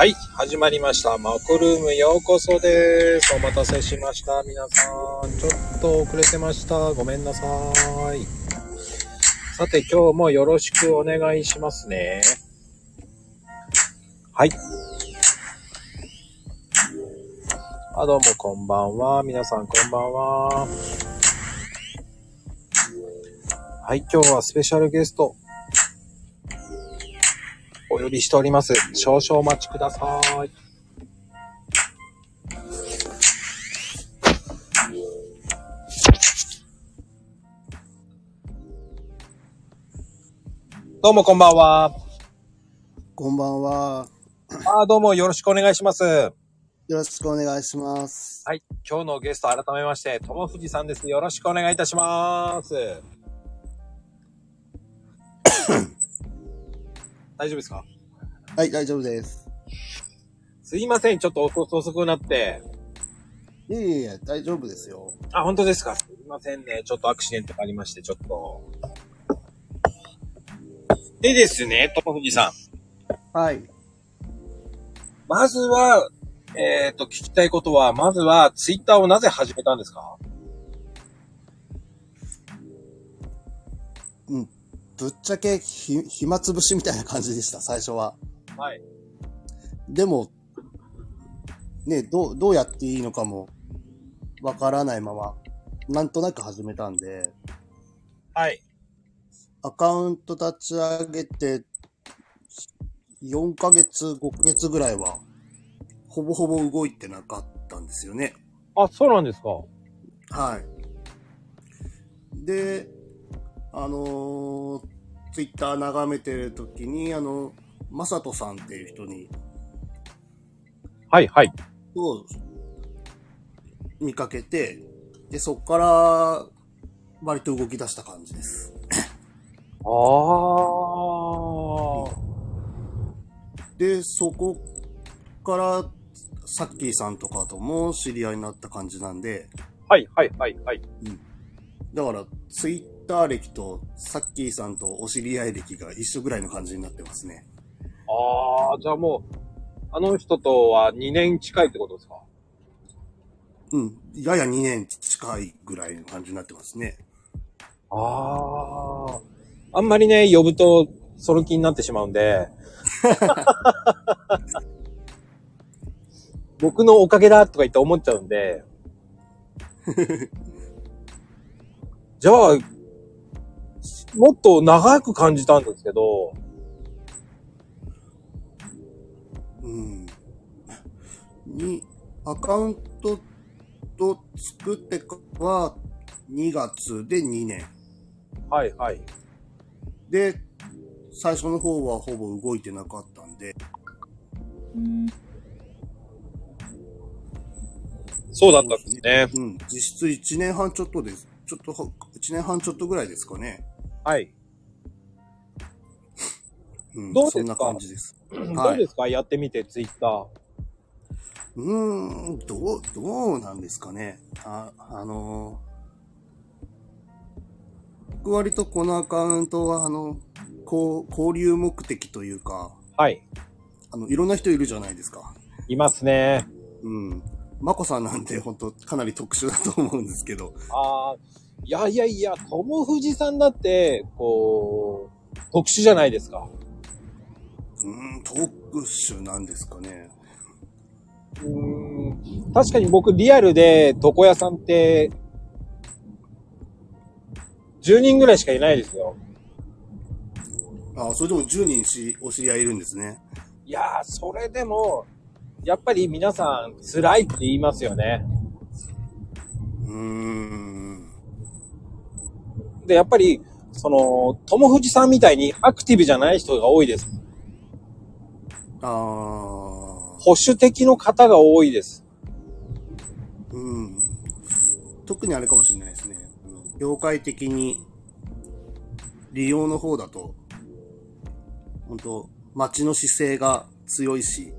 はい、始まりました。マコルームようこそです。お待たせしました。皆さん、ちょっと遅れてました。ごめんなさい。さて、今日もよろしくお願いしますね。はい。どうもこんばんは。皆さんこんばんは。はい、今日はスペシャルゲストお呼びしております。少々お待ちください。どうもこんばんは。 こんばんは。 どうもよろしくお願いします。 よろしくお願いします。 はい、今日のゲスト改めまして、友藤さんです。よろしくお願いいたします。大丈夫ですか？ はい、大丈夫です。 すいません、ちょっと遅くなって。 いえいえ、大丈夫ですよ。 本当ですか？すいませんね、ちょっとアクシデントがありまして、ちょっと。でですね、友藤さん。はい。 まずは、聞きたいことは、まずは、ツイッターをなぜ始めたんですか？ ぶっちゃけ暇つぶしみたいな感じでした、最初は。 はい。 でも、ね、どうやっていいのかも、わからないまま、なんとなく始めたんで、 はい。 アカウント立ち上げて、4ヶ月、5ヶ月ぐらいは、ほぼほぼ動いてなかったんですよね。 そうなんですか？ はい。で、ツイッター眺めてるときに、マサトさんっていう人に、 はいはい。 を見かけて、で、そっから、割と動き出した感じです。で、そこから、サッキーさんとかとも知り合いになった感じなんで、 はいはいはいはい。 だから、ツイッター歴とサッキーさんとお知り合い歴が一緒ぐらいの感じになってますね。 じゃあもう、あの人とは2年近いってことですか？ やや2年近いぐらいの感じになってますね。 あんまりね、呼ぶと、その気になってしまうんで。僕のおかげだとか言って思っちゃうんで。じゃあ、もっと長く感じたんですけど。 アカウントと作ってからは2月で2年。 はいはい。 で、最初の方はほぼ動いてなかったんで。 そうだったんですね。 実質1年半ちょっとです。1年半ちょっとぐらいですかね。 はい。 どうですか？そんな感じです。 どうですか？やってみて、ツイッター。 どうなんですかね。僕割とこのアカウントは、交流目的というか、 はい。 いろんな人いるじゃないですか。 いますね。 マコさんなんて本当かなり特殊だと思うんですけど。 いや、友藤さんだって、特殊じゃないですか。 特殊なんですかね。 確かに僕リアルで床屋さんって10人ぐらいしかいないですよ。 それでも10人お知り合いいるんですね。 いやー、それでもやっぱり皆さん辛いって言いますよね。で、やっぱり友藤さんみたいにアクティブじゃない人が多いです。保守的の方が多いです。 特にあれかもしれないですね。業界的に利用の方だと本当街の姿勢が強いし、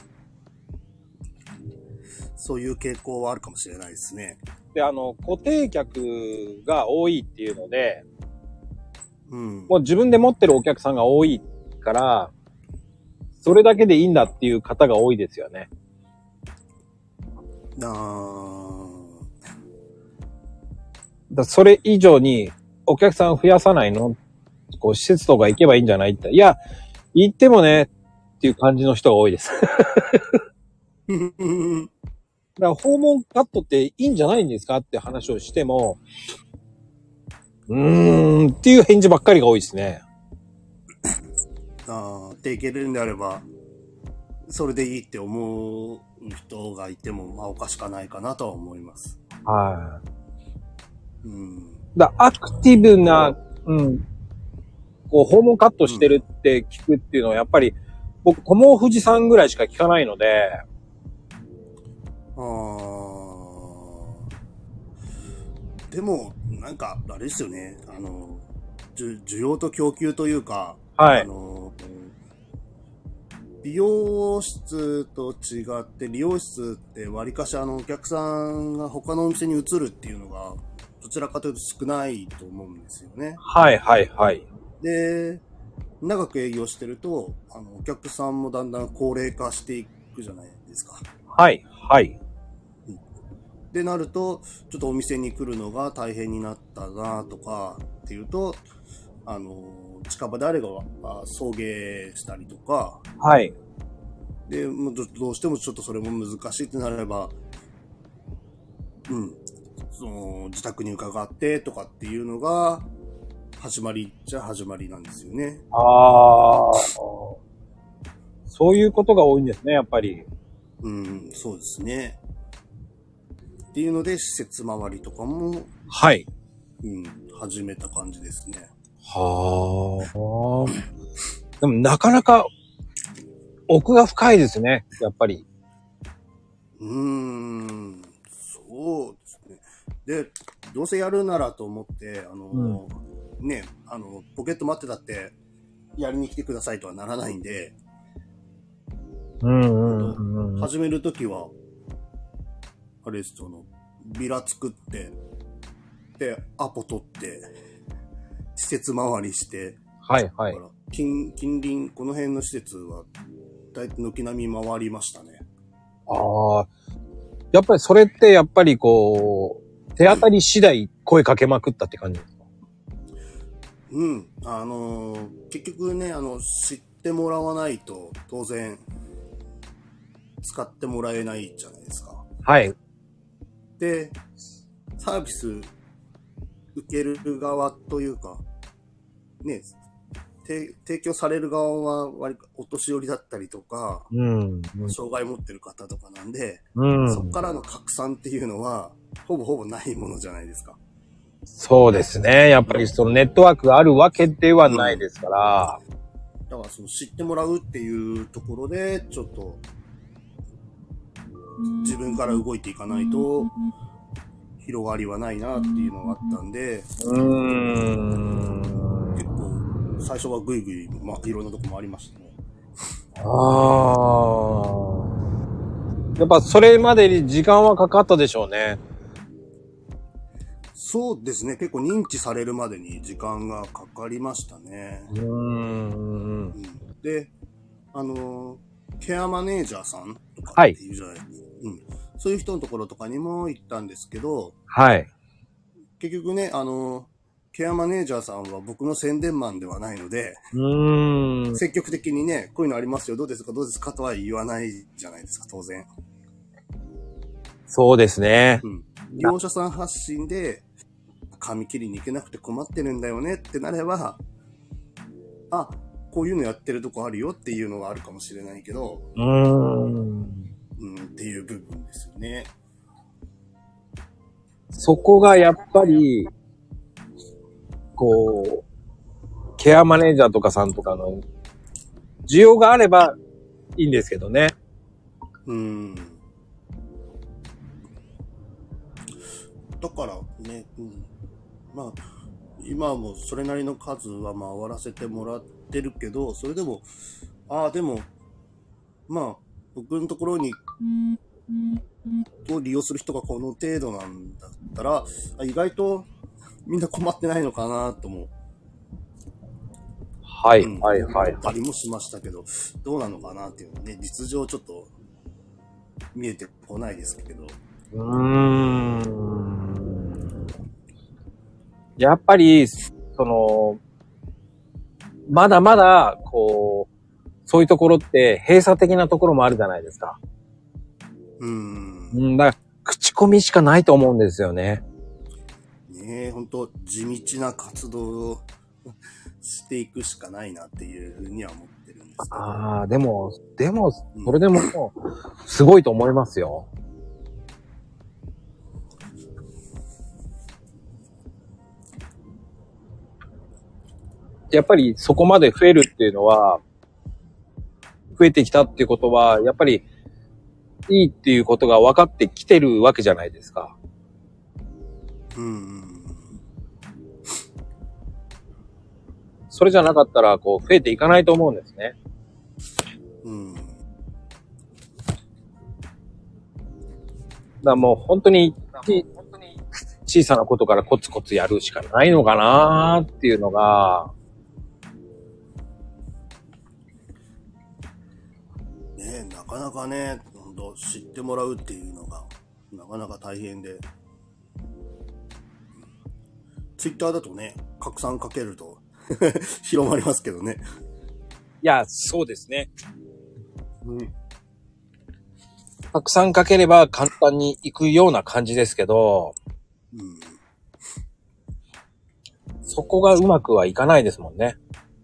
そういう傾向はあるかもしれないですね。 で、固定客が多いっていうので、もう自分で持ってるお客さんが多いから、 それだけでいいんだっていう方が多いですよね。それ以上にお客さん増やさないの？こう施設とか行けばいいんじゃないって。いや、行ってもねっていう感じの人が多いです。だから訪問カットっていいんじゃないんですかって話をしても、っていう返事ばっかりが多いですね。 っていけるんであれば、それでいいって思う人がいても、まあおかしかないかなとは思います。 はい。アクティブな、こう訪問カットしてるって聞くっていうのはやっぱり、僕、友藤さんぐらいしか聞かないので、 でも、なんか、あれですよね。需要と供給というか、 はい。 美容室と違って、理容室って割かしお客さんが他のお店に移るっていうのが、どちらかというと少ないと思うんですよね。 はいはいはい。で、 長く営業してると、お客さんもだんだん高齢化していくじゃないですか。 はいはい。 でなると、ちょっとお店に来るのが大変になったなとかっていうと、近場であれば送迎したりとか、 はい。 で、どうしてもちょっとそれも難しいってなれば、その自宅に伺ってとかっていうのが始まりっちゃ始まりなんですよね。 そういうことが多いんですね、やっぱり。 そうですね。っていうので施設周りとかも、 はい。 始めた感じですね。 はあ。でもなかなか奥が深いですね、やっぱり。 そうですね。で、どうせやるならと思って、ポケット待ってたって、やりに来てくださいとはならないんで、始めるときは、あれです、ビラ作って、で、アポ取って、施設回りして、 はいはい。 近隣、この辺の施設は、だいたい軒並み回りましたね。 やっぱりそれってやっぱりこう、手当たり次第声かけまくったって感じですか？ 結局ね、知ってもらわないと、当然、使ってもらえないじゃないですか。 はい。 で、サービス受ける側というか、ね、提供される側は割とお年寄りだったりとか、障害持ってる方とかなんで、そこからの拡散っていうのは、ほぼないものじゃないですか。 そうですね。やっぱりそのネットワークがあるわけではないですから。 だからその知ってもらうっていうところで、ちょっと、自分から動いていかないと、広がりはないなっていうのがあったんで、結構、最初はぐいぐい、いろんなとこもありましたね。 やっぱそれまでに時間はかかったでしょうね。 そうですね。結構認知されるまでに時間がかかりましたね。で、ケアマネージャーさんとかっていうじゃないですか。そういう人のところとかにも行ったんですけど、 はい。 結局ね、ケアマネージャーさんは僕の宣伝マンではないので、積極的にね、こういうのありますよ、どうですかとは言わないじゃないですか、当然。 そうですね。 利用者さん発信で、髪切りに行けなくて困ってるんだよねってなれば、こういうのやってるとこあるよっていうのがあるかもしれないけど、っていう部分ですよね。 そこがやっぱり、こう、ケアマネージャーとかさんとかの需要があればいいんですけどね。 だからね、今はもうそれなりの数は回らせてもらってるけど、それでも、でも、僕のところに、を利用する人がこの程度なんだったら、意外とみんな困ってないのかなともはい、 うん、 はい、はい。 あったりもしましたけど、どうなのかなっていうのね、実情ちょっと見えてこないですけど。 やっぱり、まだまだ、そういうところって閉鎖的なところもあるじゃないですか。だから、口コミしかないと思うんですよね。 ねえ、ほんと、地道な活動をしていくしかないなっていうふうには思ってるんですけど。 ああ、でも、それでも、すごいと思いますよ。やっぱりそこまで増えるっていうのは、増えてきたっていうことは、やっぱりいいっていうことが分かってきてるわけじゃないですか。それじゃなかったら、増えていかないと思うんですね。だからもう本当に小さなことからコツコツやるしかないのかなーっていうのが、 ねえ、なかなかね、ほんと知ってもらうっていうのが、なかなか大変で。ツイッターだとね、拡散かけると広まりますけどね。 いや、そうですね。たくさんかければ簡単にいくような感じですけど、そこがうまくはいかないですもんね。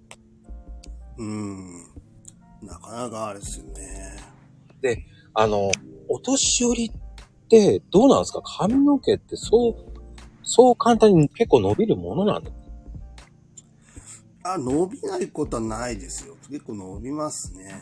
なかなかあれですよね。 で、お年寄りってどうなんですか？髪の毛ってそう簡単に結構伸びるものなんですか？ 伸びないことはないですよ。結構伸びますね。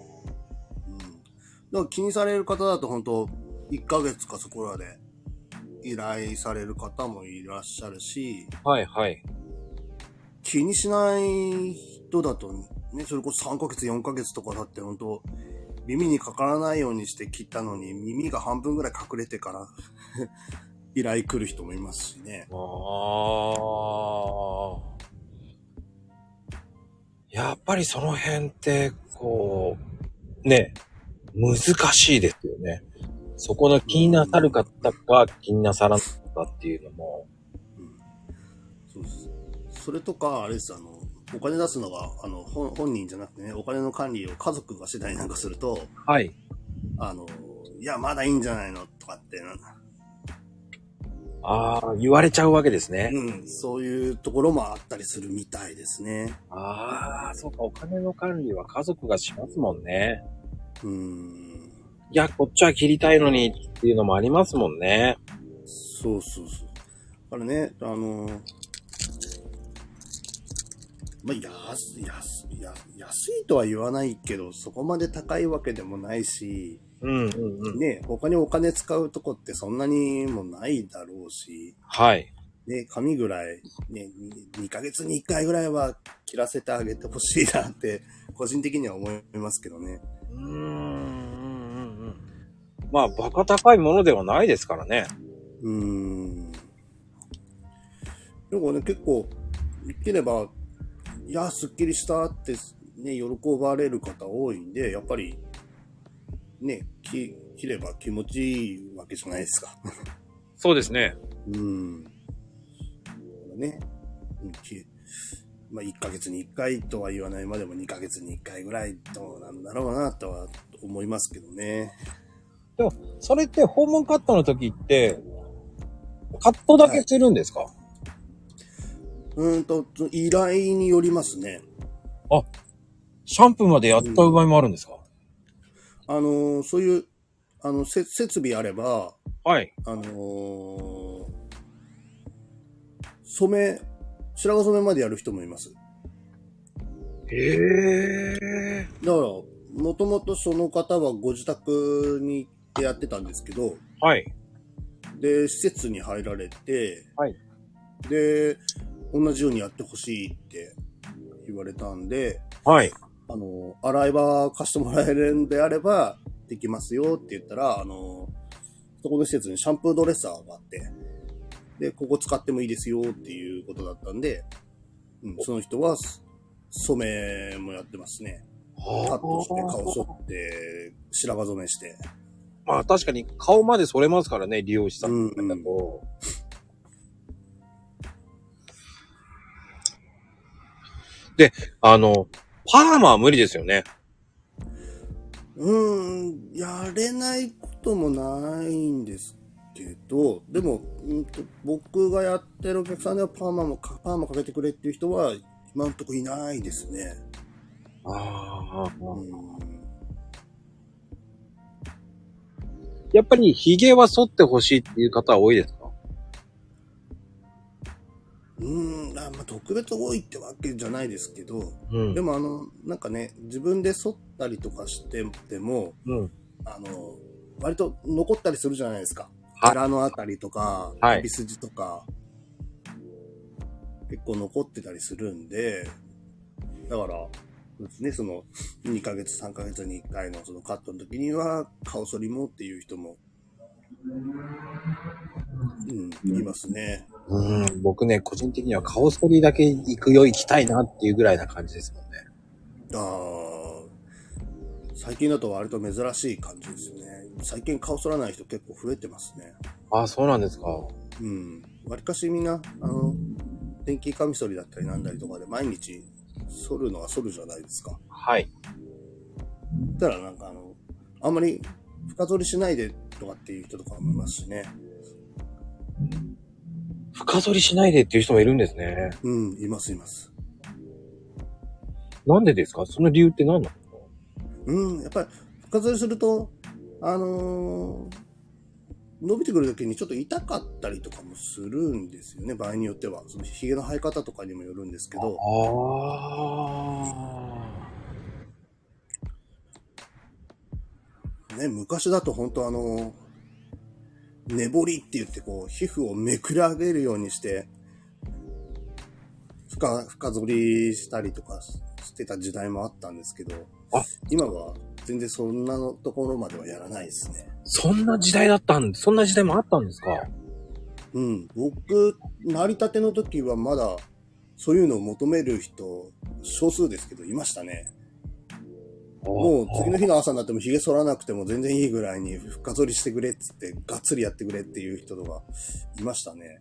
だから気にされる方だと本当1ヶ月かそこらで依頼される方もいらっしゃるし、 はいはい。 気にしない人だとね、それこそ3ヶ月4ヶ月とかだって本当耳にかからないようにして切ったのに耳が半分ぐらい隠れてから依頼来る人もいますしね。 やっぱりその辺ってね、難しいですよね。そこの気になさる方が気になさらなかったっていうのも。 そうです。それとか、あれです、お金出すのが、本人じゃなくてね、お金の管理を家族が次第なんかすると、 はい。 いや、まだいいんじゃないのとかって言われちゃうわけですね。 そういうところもあったりするみたいですね。 そうか、お金の管理は家族がしますもんね。いや、こっちは切りたいのにっていうのもありますもんね。 そうそうそう。だからね、まあ、安いとは言わないけど、そこまで高いわけでもないし、ね、他にお金使うとこってそんなにもないだろうし、 はい。 ね、髪ぐらい、ね、2ヶ月に1回ぐらいは切らせてあげてほしいなって、個人的には思いますけどね。 まあ、バカ高いものではないですからね。 でもね、結構、切れば、いや、すっきりしたってね、喜ばれる方多いんで、やっぱり、ね、切れば気持ちいいわけじゃないですか。 そうですね。 ね、まあ、1ヶ月に1回とは言わないまでも2ヶ月に1回ぐらいどうなんだろうなとは思いますけどね。 でも、それって訪問カットの時って、カットだけするんですか？ 依頼によりますね。 シャンプーまでやった場合もあるんですか？ そういう、設備あれば、 はい。 白髪染めまでやる人もいます。だから、もともとその方はご自宅に行ってやってたんですけど、 はい。 で、施設に入られて、 はい。 で、同じようにやってほしいって言われたんで、 はい。 洗い場貸してもらえるんであれば、できますよって言ったら、そこの施設にシャンプードレッサーがあって、で、ここ使ってもいいですよっていうことだったんで、その人は、 染めもやってますね。カットして、顔剃って、白髪染めして。 まあ確かに顔まで剃れますからね、利用師さんだと。 うんうん、 で、パーマは無理ですよね。 やれないこともないんですけど、でも、僕がやってるお客さんではパーマかけてくれっていう人は今んとこいないですね。 やっぱり髭は剃ってほしいっていう方は多いですか？ まあ、特別多いってわけじゃないですけど、 うん、 でもなんかね、自分で剃ったりとかしてても、 うん、 割と残ったりするじゃないですか。 はい、 腹のあたりとか、 はい、 首筋とか、結構残ってたりするんで、だから、ですね、その2ヶ月、3ヶ月に1回のそのカットの時には、顔剃りもっていう人も、いますね。 僕ね、個人的には顔剃りだけ行きたいなっていうぐらいな感じですもんね。 最近だと割と珍しい感じですよね。最近顔剃らない人結構増えてますね。 そうなんですか。 割かしみんな、電気カミソリだったりなんだりとかで毎日剃るのは剃るじゃないですか。 はい。 だからなんかあんまり深剃りしないでとかっていう人とかもいますしね。 深剃りしないでっていう人もいるんですね。 いますいます。 なんでですか？その理由って何なの？やっぱり深剃りすると、伸びてくる時にちょっと痛かったりとかもするんですよね。場合によっては。その髭の生え方とかにもよるんですけど。ね、昔だと本当根彫りって言ってこう、皮膚をめくらげるようにして、深剃りしたりとかしてた時代もあったんですけど、今は全然そんなところまではやらないですね。 そんな時代もあったんですか？ 僕、成り立ての時はまだ、そういうのを求める人、少数ですけど、いましたね。もう次の日の朝になっても髭剃らなくても全然いいぐらいに深剃りしてくれっつってがっつりやってくれっていう人とかいましたね。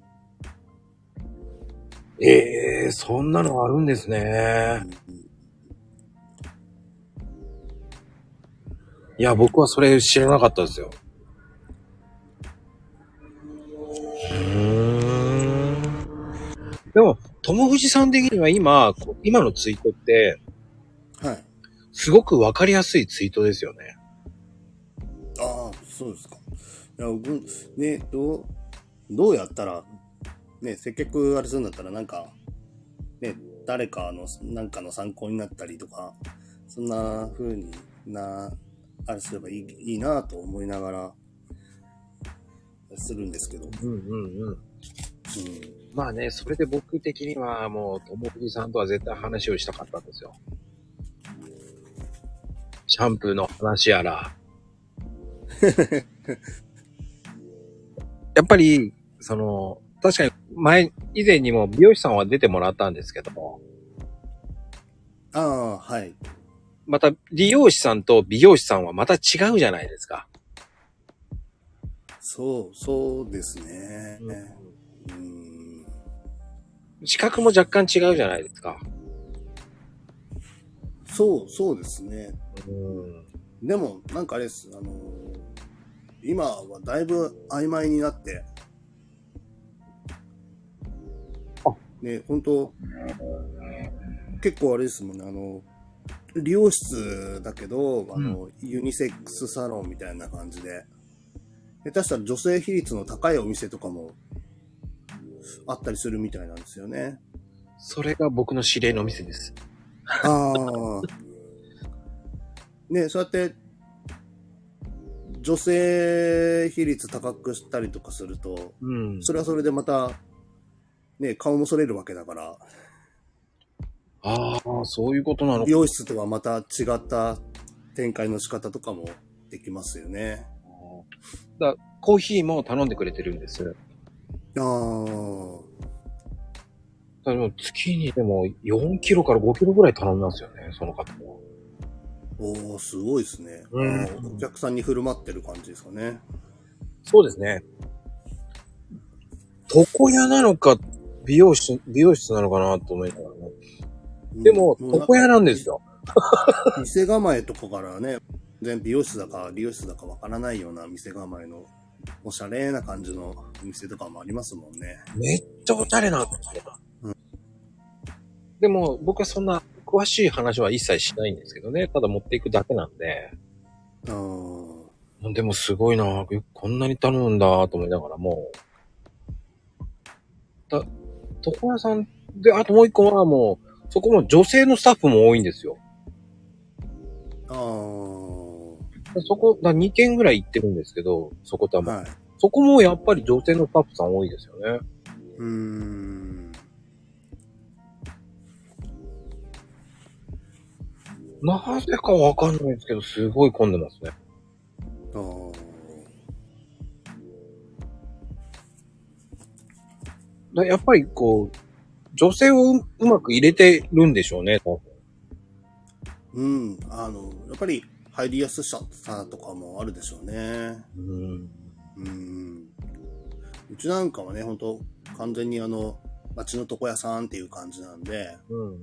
そんなのあるんですね。いや、僕はそれ知らなかったですよ。でも、友藤さん的には今のツイートって、 はい。 すごくわかりやすいツイートですよね。 そうですか。いや、僕、ね、どうやったら、ね、せっかくあれするんだったらなんか、ね、誰かの、なんかの参考になったりとか、そんな風にあれすればいいなと思いながら、するんですけど。 まあね、それで僕的にはもう、友藤さんとは絶対話をしたかったんですよ。シャンプーの話やら。やっぱり、確かに以前にも美容師さんは出てもらったんですけども。 はい。 また、理容師さんと美容師さんはまた違うじゃないですか。 そうですね。 資格も若干違うじゃないですか。 そうですね。でも、なんかあれです。今はだいぶ曖昧になって、ね、本当結構あれですもんね、理容室だけど、ユニセックスサロンみたいな感じで、下手したら女性比率の高いお店とかもあったりするみたいなんですよね。 それが僕の知り合いのお店です。 ね、そうやって、女性比率高くしたりとかすると、それはそれでまた、ね、顔も剃れるわけだから。 そういうことなのか。 美容室とはまた違った展開の仕方とかもできますよね。 コーヒーも頼んでくれてるんです。 でも月にでも4キロから5キロぐらい頼みますよね、その方は。 おー、すごいですね。お客さんに振る舞ってる感じですかね。 そうですね。床屋なのか、美容室なのかなと思いながらね。でも、床屋なんですよ。 店構えとかからね、全美容室だか理容室だかわからないような店構えのおしゃれな感じのお店とかもありますもんね。 めっちゃおしゃれなんですよ。でも、僕はそんな詳しい話は一切しないんですけどね。ただ持っていくだけなんで。でもすごいな、こんなに頼むんだと思いながらも。床屋さんで、あともう一個はもう、そこも女性のスタッフも多いんですよ。そこ、2軒ぐらい行ってるんですけど、そこはもう、はい、そこもやっぱり女性のスタッフさん多いですよね。なぜかわかんないですけど、すごい混んでますね。やっぱりこう、女性をうまく入れてるんでしょうね。 やっぱり入りやすさとかもあるでしょうね。うちなんかはね、本当完全に町の床屋さんっていう感じなんで、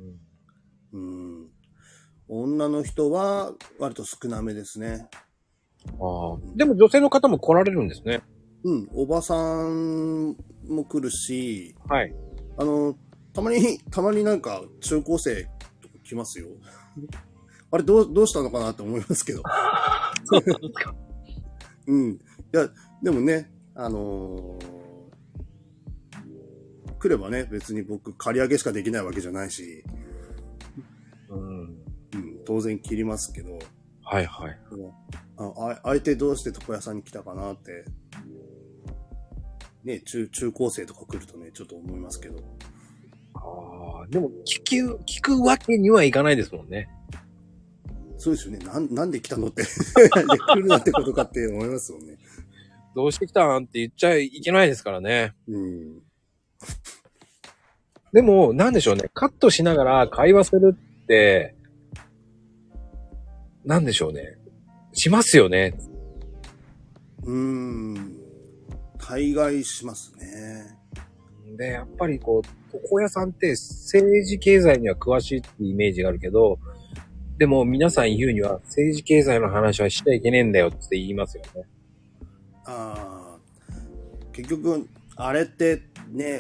女の人は割と少なめですね。 でも女性の方も来られるんですね。 おばさんも来るし、 はい。 たまになんか中高生とか来ますよ。あれどうしたのかなって思いますけど。 そうなんですか。 いや、でもね、来ればね、別に僕借り上げしかできないわけじゃないし、当然切りますけど。 はいはい。 相手どうして床屋さんに来たかなって、ね、中高生とか来るとね、ちょっと思いますけど。 でも聞くわけにはいかないですもんね。 そうですよね。なんで来たのって来るなってことかって思いますもんね。 どうして来たんって言っちゃいけないですからね。でも、なんでしょうね。カットしながら会話するって、なんでしょうね。しますよね。 大概しますね。 で、やっぱりこう、床屋さんって政治経済には詳しいってイメージがあるけど、でも皆さん言うには政治経済の話はしちゃいけねえんだよって言いますよね。 結局、あれってね、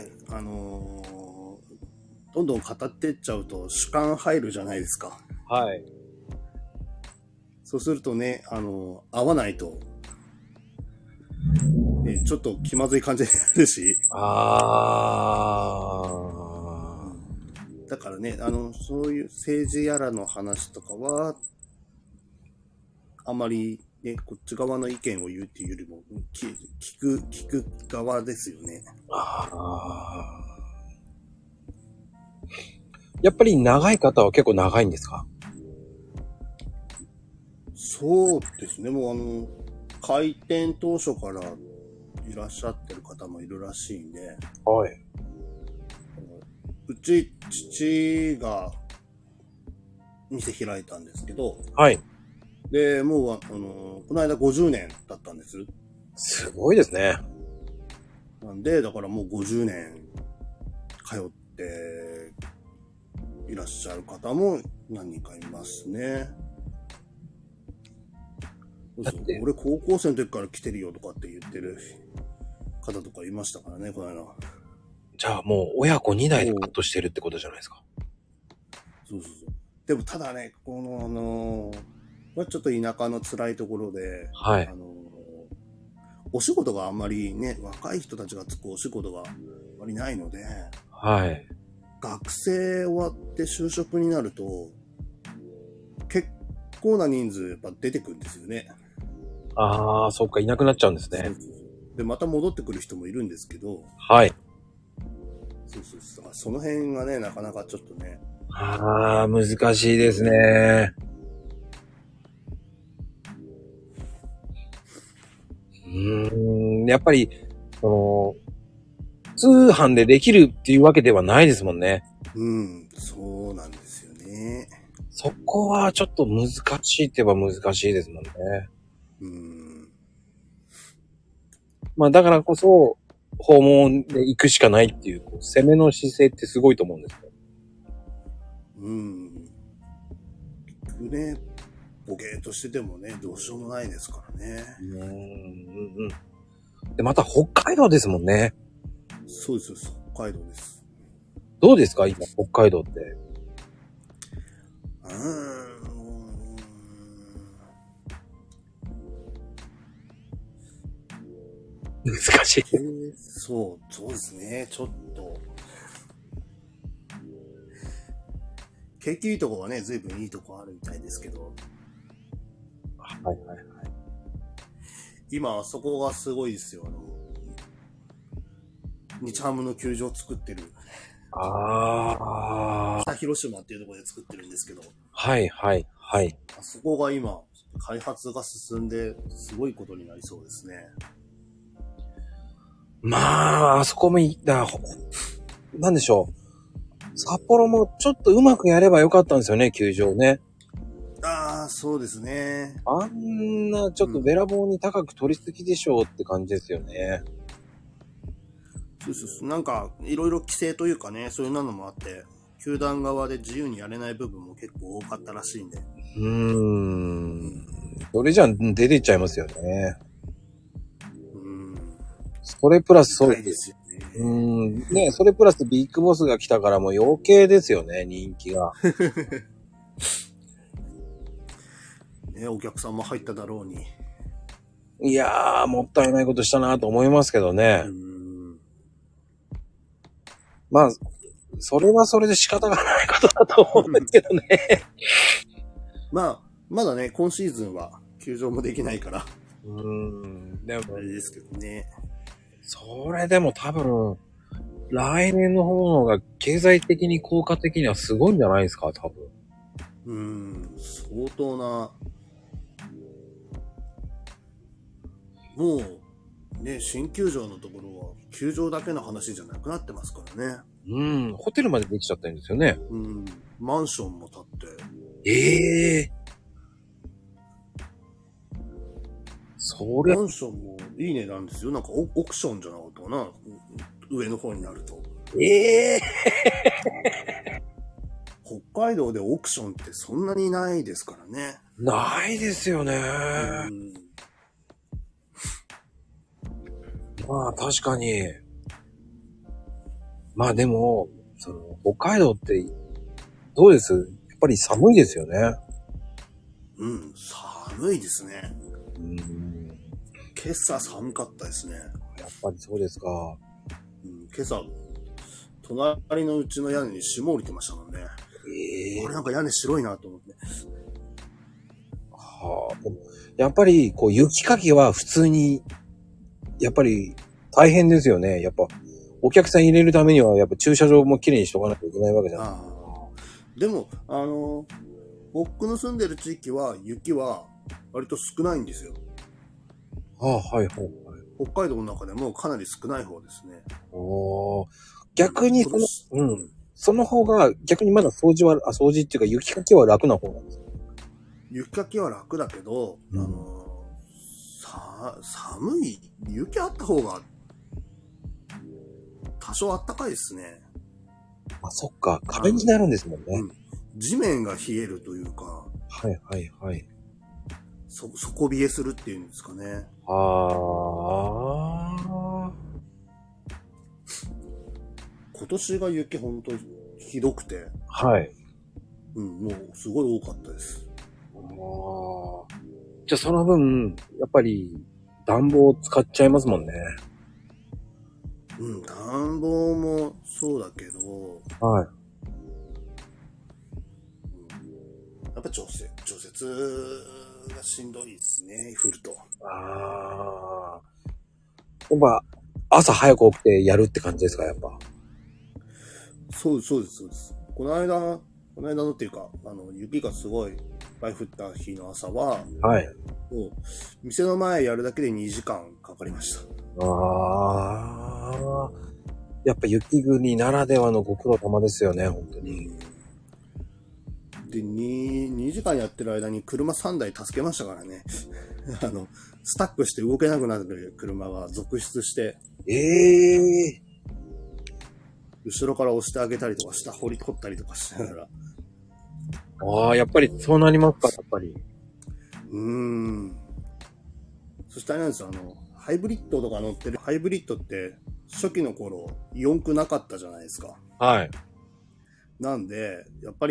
どんどん語ってっちゃうと主観入るじゃないですか。 はい。 そうするとね、合わないと、ね、ちょっと気まずい感じになるし。だからね、そういう政治やらの話とかは、あまりね、こっち側の意見を言うっていうよりも、聞く側ですよね。 やっぱり長い方は結構長いんですか？ そうですね。もう開店当初からいらっしゃってる方もいるらしいんで。 はい。 うち、父が店開いたんですけど。 はい。 で、もうこの間50年だったんです。 すごいですね。 なんで、だからもう50年通っていらっしゃる方も何人かいますね。俺高校生の時から来てるよとかって言ってる方とかいましたからね、この間。 じゃあもう親子2代でカットしてるってことじゃないですか。 そう。でもただね、このちょっと田舎の辛いところで、 はい。 お仕事があんまりね、若い人たちがつくお仕事があまりないので、 はい。 学生終わって就職になると、結構な人数やっぱ出てくるんですよね。 そっか、いなくなっちゃうんですね。 で、また戻ってくる人もいるんですけど、 はい。 その辺がね、なかなかちょっとね。 難しいですね。やっぱり、 通販でできるっていうわけではないですもんね。 うん、そうなんですよね。 そこはちょっと難しいって言えば難しいですもんね。まあだからこそ、訪問で行くしかないっていう、攻めの姿勢ってすごいと思うんですよ。 ね、ボケーっとしててもね、どうしようもないですからね。 で、また北海道ですもんね。 そうです、北海道です。 どうですか今、北海道って。難しい。 そうですね。ちょっと。景気いいとこはね、随分いいとこあるみたいですけど。 はい。 今、そこがすごいですよ。日ハムの球場作ってる。北広島っていうところで作ってるんですけど。 はい。 あそこが今、開発が進んで、すごいことになりそうですね。 まあ、あそこもなんでしょう。札幌もちょっとうまくやればよかったんですよね、球場ね。 そうですね。 あんなちょっとべらぼうに高く取りすぎでしょうって感じですよね。 そうなんか、いろいろ規制というかね、そういうのもあって、球団側で自由にやれない部分も結構多かったらしいんで。 それじゃ出ていっちゃいますよね。それプラスそうですよね。ね、それプラスビッグボスが来たからもう余計ですよね、人気が。 ね、お客さんも入っただろうに。 いやー、もったいないことしたなと思いますけどね。まあ、それはそれで仕方がないことだと思うんですけどね。 まだね、今シーズンは球場もできないから。 でもあれですけどね。 それでも多分、来年の方が経済的に効果的にはすごいんじゃないですか、多分。 相当な、もう、ね、新球場のところは、球場だけの話じゃなくなってますからね。ホテルまでできちゃってるんですよね。 マンションも建って。マンションもいい値段ですよ。なんかオクションじゃなかったかな。上の方になると。北海道でオークションってそんなにないですからね。 ないですよね。まあ確かに。まあでも、北海道ってどうです？やっぱり寒いですよね。 寒いですね。今朝寒かったですね。 やっぱりそうですか。 今朝、隣のうちの屋根に霜降りてましたもんね。これなんか屋根白いなと思って。 でもやっぱり、雪かきは普通に、やっぱり大変ですよね。やっぱ、お客さん入れるためには、やっぱ駐車場もきれいにしとかなきゃいけないわけじゃないですか。でも、僕の住んでる地域は、雪は割と少ないんですよ。北海道の中でもかなり少ない方ですね。 逆にその方が逆にまだ掃除っていうか雪かきは楽な方なんですか？ 雪かきは楽だけど、寒い、雪あった方が多少あったかいですね。 そっか、壁になるんですもんね。 地面が冷えるというか。底冷えするっていうんですかね。今年が雪本当にひどくて。もうすごい多かったです。 じゃあその分、やっぱり暖房を使っちゃいますもんね。 暖房もそうだけど。やっぱ除雪がしんどいですね、降ると。 やっぱ、朝早く起きてやるって感じですか、やっぱ。 そうです。この間のっていうか、雪がすごいいっぱい降った日の朝は、もう、店の前やるだけで2時間かかりました。 やっぱ雪国ならではのご苦労様ですよね、本当に。 で、2時間やってる間に車3台助けましたからね。スタックして動けなくなる車が続出して、後ろから押してあげたりとか、下掘ったりとかしながら。 ああ、やっぱりそうなりますか、やっぱり。 そしてあれなんですよ、ハイブリッドとか乗ってる、ハイブリッドって初期の頃、四駆なかったじゃないですか。 はい。 なんで、やっぱり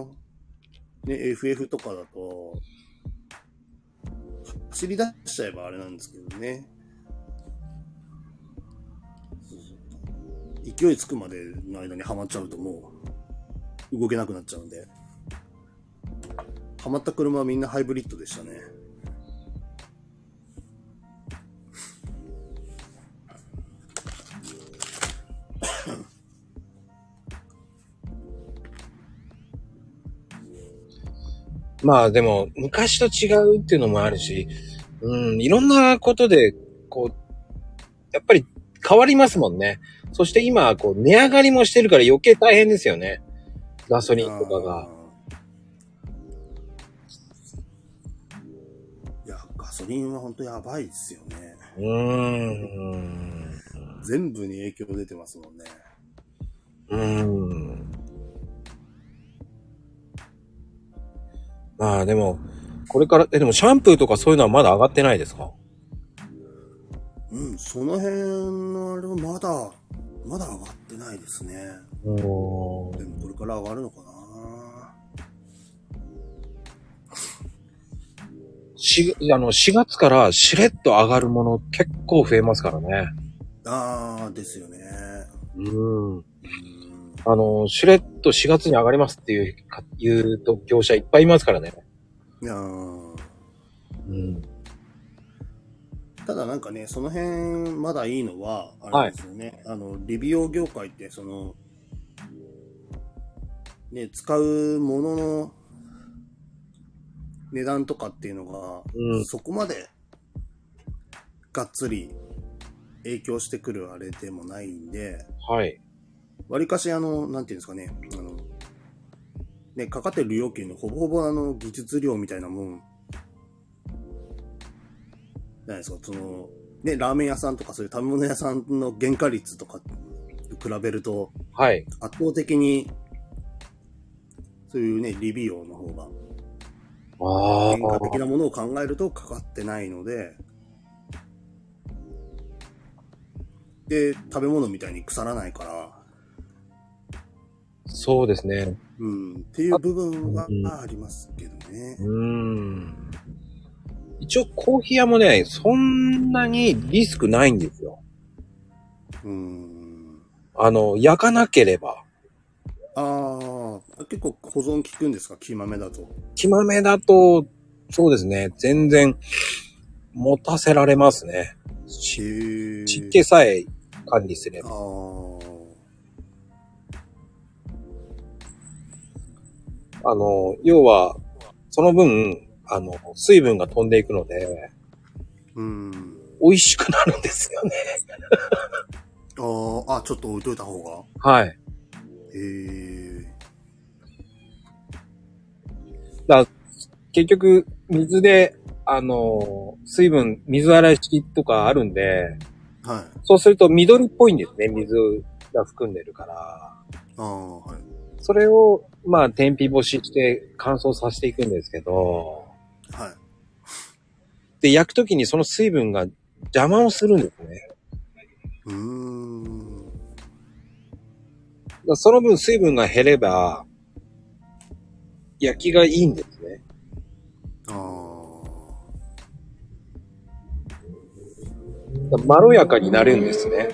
FF とかだと、走り出しちゃえばあれなんですけどね。勢いつくまでの間にはまっちゃうともう動けなくなっちゃうんで。はまった車はみんなハイブリッドでしたね。 まあでも、昔と違うっていうのもあるし、いろんなことで、こう、やっぱり変わりますもんね。そして今、こう、値上がりもしてるから余計大変ですよね。ガソリンとかが。 いや、ガソリンは本当やばいですよね。全部に影響出てますもんね。 まあでも、これから、でもシャンプーとかそういうのはまだ上がってないですか？ その辺のあれはまだ上がってないですね。でもこれから上がるのかな。 4月からしれっと上がるもの結構増えますからね。 ですよね。 しれっと4月に上がりますっていう業者いっぱいいますからね。 ただなんかね、その辺まだいいのは、あれですよね。理美容業界ってね、使うものの値段とかっていうのが、そこまでがっつり影響してくるあれでもないんで、 はい。 わりかしなんていうんですかね、ね、かかってる料金のほぼほぼ技術料みたいなもん、じゃないですか、ね、ラーメン屋さんとかそういう食べ物屋さんの原価率とか比べると、 はい。 圧倒的に、そういうね、理美容の方が、原価的なものを考えるとかかってないので、で、食べ物みたいに腐らないから、 そうですね。 っていう部分はありますけどね。 一応コーヒー屋もね、そんなにリスクないんですよ。焼かなければ。 結構保存効くんですか？木豆だと。 木豆だと、そうですね。全然持たせられますね。湿気さえ管理すれば。要は、その分、水分が飛んでいくので、美味しくなるんですよね。 ちょっと置いといた方が。 はい。結局、水で、水洗い式とかあるんで、 はい。 そうすると緑っぽいんですね。水が含んでるから。 はい。 それを、まあ、天日干しして乾燥させていくんですけど、 はい。 で、焼くときにその水分が邪魔をするんですね。その分水分が減れば、焼きがいいんですね。まろやかになるんですね。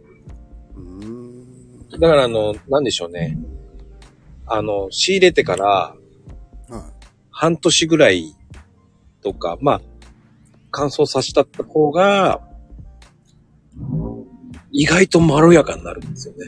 だからなんでしょうね。仕入れてから、半年ぐらいとか、まあ、乾燥させた方が、意外とまろやかになるんですよね。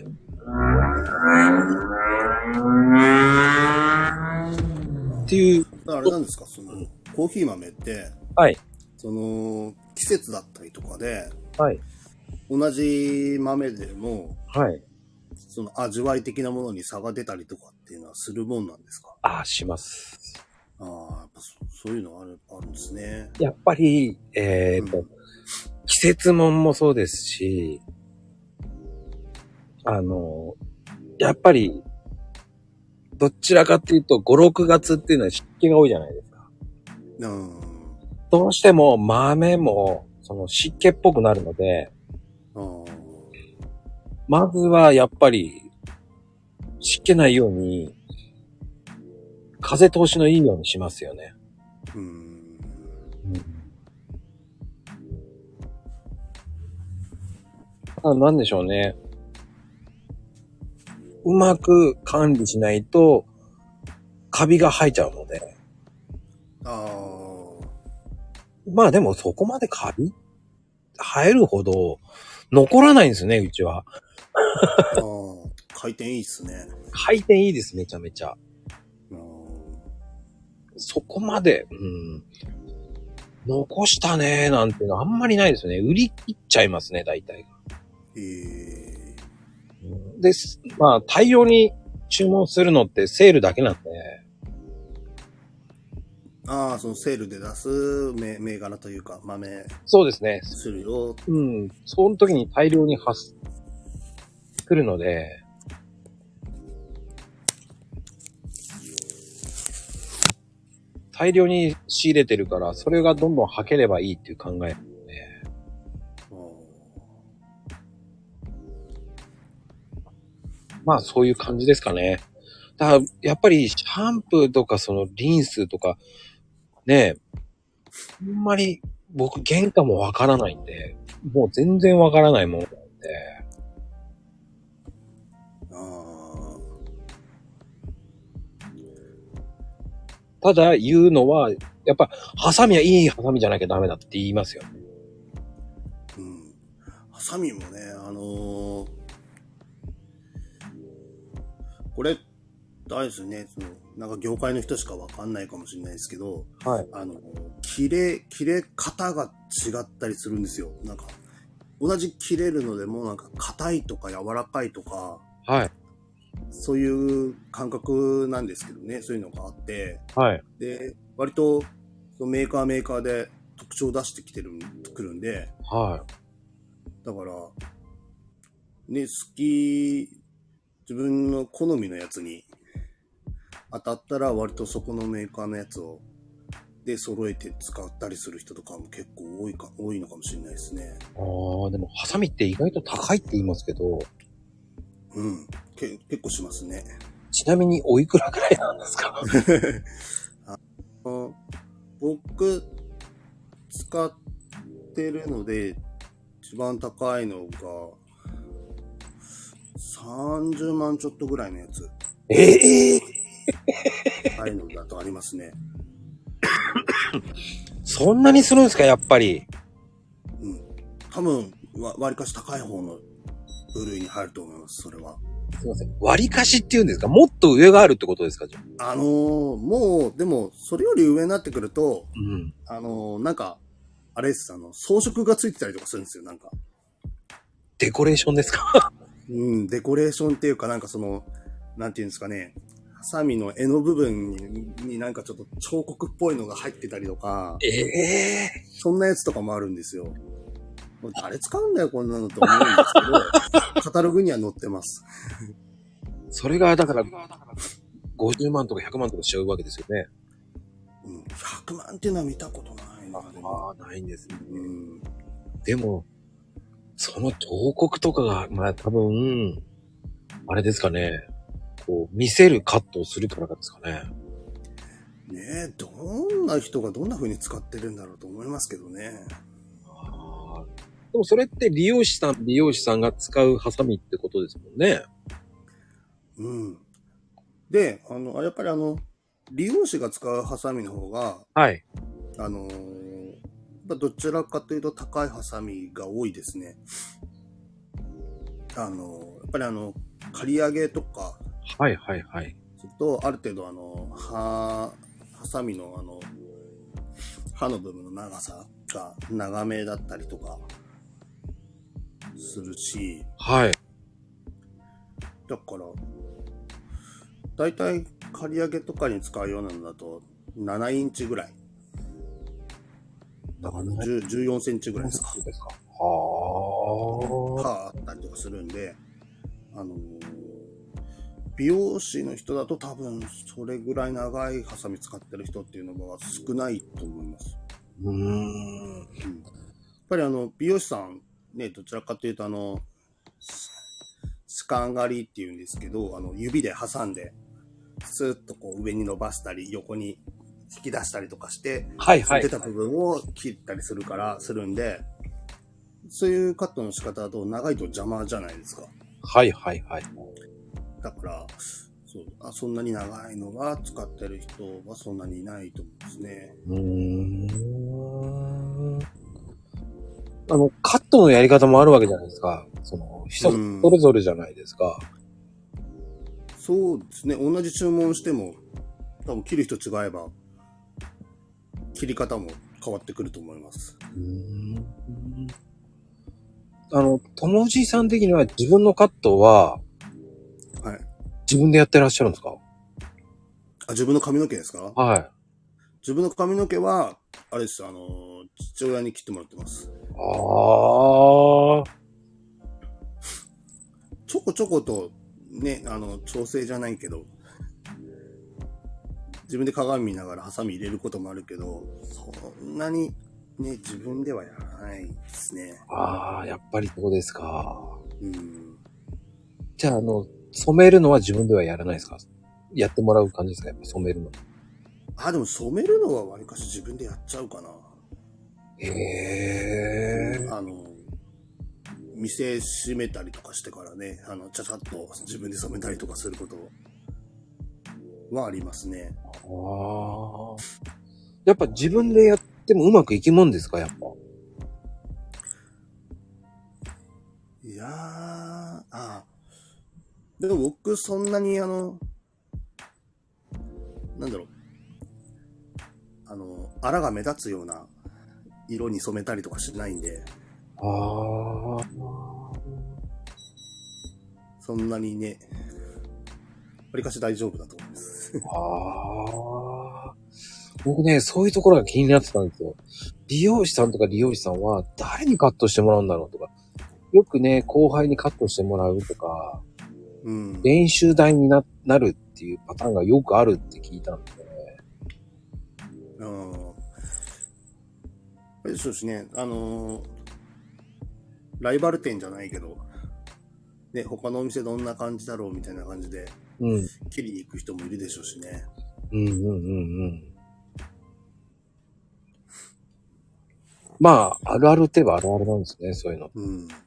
っていう。 あれなんですか、コーヒー豆って、 はい。 季節だったりとかで、 はい。 同じ豆でも、 はい。 その味わい的なものに差が出たりとかっていうのはするもんなんですか？ ああ、します。 ああ、やっぱそういうのあるんですね。 やっぱり、季節もんもそうですし、やっぱり、どちらかっていうと、5、6月っていうのは湿気が多いじゃないですか。 うん。 どうしても豆も、その湿気っぽくなるので、 ああ。 まずはやっぱり、湿気ないように、風通しのいいようにしますよね。うん、なんでしょうね。うまく管理しないと、カビが生えちゃうので。 ああ。 まあでもそこまでカビ生えるほど残らないんですね、うちは。 ああ、回転いいっすね。 回転いいです、めちゃめちゃ。そこまで、残したねーなんてのあんまりないですよね。売り切っちゃいますね、大体が。で、まあ大量に注文するのってセールだけなんで。 ああ、そのセールで出す銘柄というか、豆。 そうですね。 するよ。 その時に大量に来るので、大量に仕入れてるから、それがどんどん履ければいいっていう考えなんで。まあそういう感じですかね。だからやっぱりシャンプーとかそのリンスとかね、あんまり僕原価もわからないんで、もう全然わからないものなんで。ただ言うのは、やっぱハサミはいいハサミじゃなきゃダメだって言いますよね。 ハサミもね、これ、あれですね、なんか業界の人しかわかんないかもしれないですけど、 はい。 切れ方が違ったりするんですよ。なんか、同じ切れるのでもなんか硬いとか柔らかいとか、 はい。 そういう感覚なんですけどね、そういうのがあって、 はい。 で、割とそのメーカーで特徴を出してくるんで、 はい。 だから、ね、自分の好みのやつに当たったら割とそこのメーカーのやつをで揃えて使ったりする人とかも結構多いのかもしれないですね。 ああ、でもハサミって意外と高いって言いますけど。 結構しますね。 ちなみにおいくらくらいなんですか？ 僕使ってるので一番高いのが30万ちょっとぐらいのやつ。高いのだとありますね。 そんなにするんですか、やっぱり。 多分割かし高い方の部類に入ると思います、それは。 すいません。割りかしっていうんですか？もっと上があるってことですか？じゃあ。 もう、でも、それより上になってくると、なんか、あれです、装飾がついてたりとかするんですよ、なんか。 デコレーションですか？ デコレーションっていうか、なんかなんていうんですかね、ハサミの柄の部分になんかちょっと彫刻っぽいのが入ってたりとか、そんなやつとかもあるんですよ。誰使うんだよ、こんなのと思うんですけど、カタログには載ってます。 それが、だから、50万とか100万とかしちゃうわけですよね。 100万っていうのは見たことないな。 ないんですね。でも、その彫刻とかが、まあ多分、あれですかね。こう、見せるカットをするからですかね。 ねえ、どんな人がどんな風に使ってるんだろうと思いますけどね。 でもそれって美容師さんが使うハサミってことですもんね。 で、やっぱり理容師が使うハサミの方が、 はい。 どちらかというと高いハサミが多いですね。やっぱり刈り上げとか、 はいはいはい。 すると、ある程度ハサミの刃の部分の長さが長めだったりとか、 するし、 はい。 だから、だいたい刈り上げとかに使うようなのだと、7インチぐらい。だから14センチぐらいですか。 はがあったりとかするんで、美容師の人だと多分それぐらい長いハサミ使ってる人っていうのが少ないと思います。 あ。 やっぱり美容師さんね、どちらかというとスカン狩りっていうんですけど、指で挟んで、スーッとこう上に伸ばしたり、横に引き出したりとかして、 はいはい。 出た部分を切ったりするんで、そういうカットの仕方だと長いと邪魔じゃないですか。 はいはいはい。 だから、そんなに長いのが使ってる人はそんなにいないと思うんですね。 カットのやり方もあるわけじゃないですか。人それぞれじゃないですか。 そうですね。同じ注文しても、多分切る人違えば、切り方も変わってくると思います。 ともじさん的には自分のカットは、 はい。 自分でやってらっしゃるんですか？ 自分の髪の毛ですか？ はい。 自分の髪の毛は、あれです、父親に切ってもらってます。ちょこちょことね、調整じゃないけど、自分で鏡見ながらハサミ入れることもあるけど、そんなにね、自分ではやらないですね。 やっぱりそうですか。じゃあ、染めるのは自分ではやらないですか？やってもらう感じですか？やっぱ染めるの。 でも染めるのはわりかし自分でやっちゃうかな。店閉めたりとかしてからね、ちゃちゃっと自分で染めたりとかすることはありますね。 やっぱ自分でやってもうまくいくもんですか？やっぱ。 いやでも僕そんなになんだろう、粗が目立つような色に染めたりとかしないんで、そんなにね、わりかし大丈夫だと思います。 僕ね、そういうところが気になってたんですよ。美容師さんとか理容師さんは誰にカットしてもらうんだろうとか、よくね、後輩にカットしてもらうとか、練習台になるっていうパターンがよくあるって聞いたんで。 あれでしょうしね、ライバル店じゃないけど、ね、他のお店どんな感じだろうみたいな感じで、切りに行く人もいるでしょうしね。 まあ、あるあるって言えばあるあるなんですね、そういうの。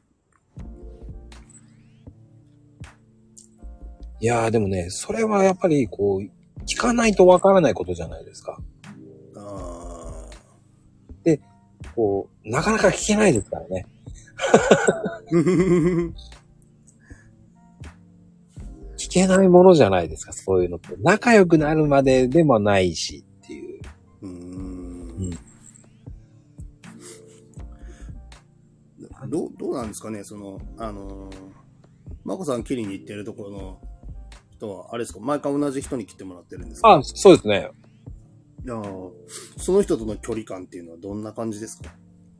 いやーでもね、それはやっぱりこう、聞かないとわからないことじゃないですか。で、こう、なかなか聞けないですからね。聞けないものじゃないですか、そういうのって。仲良くなるまででもないしっていう。 どうなんですかね、まこさん切りに行ってるところの人は、あれですか、毎回同じ人に切ってもらってるんですか？ そうですね。 その人との距離感っていうのはどんな感じですか？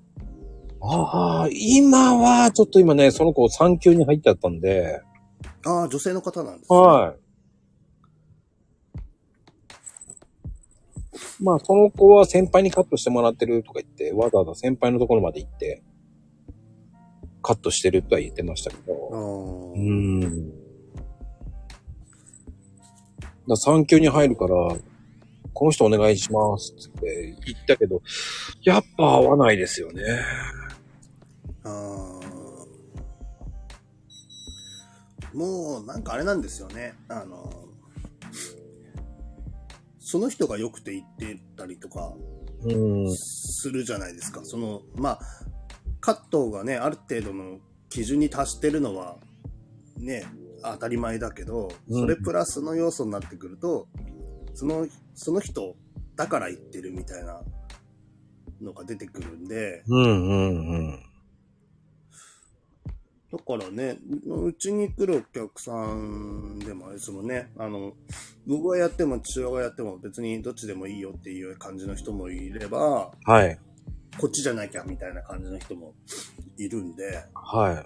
今は、ちょっと今ね、その子産休に入っちゃったんで。 女性の方なんですね。 はい。まあ、その子は先輩にカットしてもらってるとか言って、わざわざ先輩のところまで行って、カットしてるとは言ってましたけど。産休に入るから、この人お願いしますって言ったけど、やっぱ合わないですよね。 もうなんかあれなんですよね。その人が良くて言ってたりとかするじゃないですか。まあカットがね、ある程度の基準に達してるのはね、当たり前だけど、それプラスの要素になってくると、その人だから言ってるみたいなのが出てくるんで、 だからね、うちに来るお客さんでもあれですもんね。僕がやっても父親がやっても別にどっちでもいいよっていう感じの人もいれば、 はい。 こっちじゃなきゃみたいな感じの人もいるんで、 は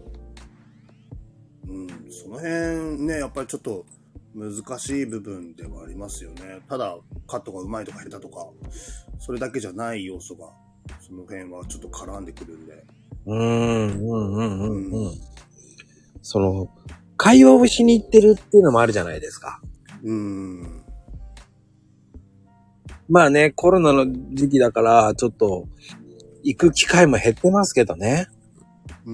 うん、その辺ね、やっぱりちょっと難しい部分ではありますよね。ただ、カットが上手いとか下手とか、それだけじゃない要素が、その辺はちょっと絡んでくるんで。 い。その、会話をしに行ってるっていうのもあるじゃないですか。まあね、コロナの時期だから、ちょっと、行く機会も減ってますけどね。 うん。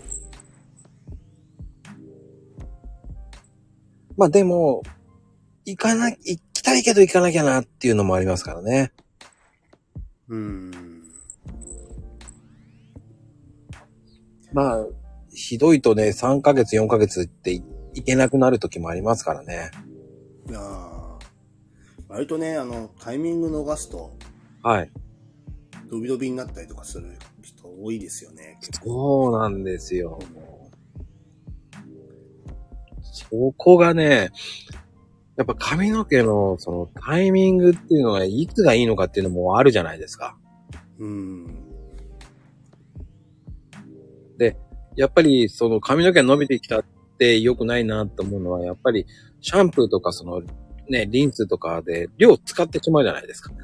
まあでも、行きたいけど行かなきゃなっていうのもありますからね。まあ、ひどいとね、3ヶ月、4ヶ月って行けなくなる時もありますからね。 いや割とね、タイミング逃すと、 はい。 ドビドビになったりとかする人多いですよね。 そうなんですよ。そこがね、やっぱ髪の毛のそのタイミングっていうのがいつがいいのかっていうのもあるじゃないですか。で、やっぱりその髪の毛が伸びてきたって良くないなと思うのは、やっぱりシャンプーとかそのね、リンスとかで量使ってしまうじゃないですか。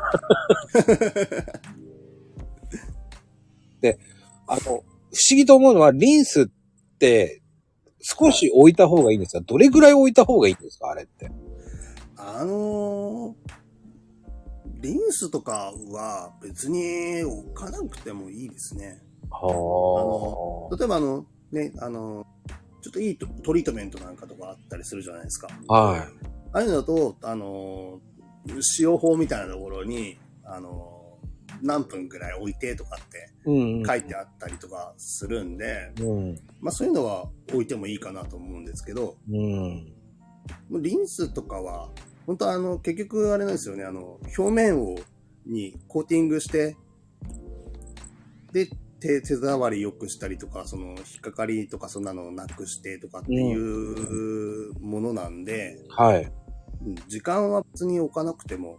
で、不思議と思うのはリンスって少し置いた方がいいんですか？どれぐらい置いた方がいいんですか？あれって。 リンスとかは別に置かなくてもいいですね。 は例えばね、ちょっといいトリートメントなんかとかあったりするじゃないですか。 あ。はい。 ああいうのだと、使用法みたいなところに、何分くらい置いてとかって書いてあったりとかするんで、まあそういうのは置いてもいいかなと思うんですけど、リンスとかは、本当結局あれなんですよね、表面にコーティングして、で、手触り良くしたりとか、その引っかかりとかそんなのをなくしてとかっていうものなんで、 はい。 時間は別に置かなくても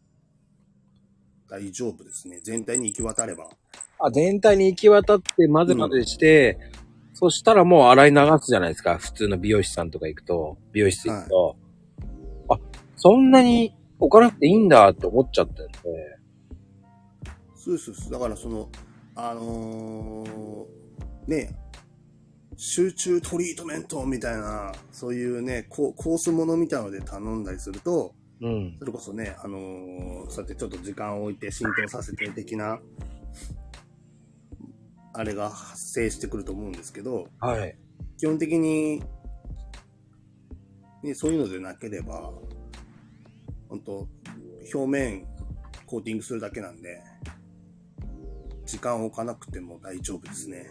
大丈夫ですね。全体に行き渡れば。 全体に行き渡って混ぜ混ぜして、そしたらもう洗い流すじゃないですか。普通の美容師さんとか行くと、美容室行くと。そんなに置かなくていいんだって思っちゃってるんで。 そうです。だからね、集中トリートメントみたいな、そういうね、コースものみたいなので頼んだりすると、それこそね、そうやってちょっと時間を置いて浸透させて的な、あれが発生してくると思うんですけど、 はい。 基本的に、ね、そういうのでなければ、本当表面コーティングするだけなんで、時間を置かなくても大丈夫ですね。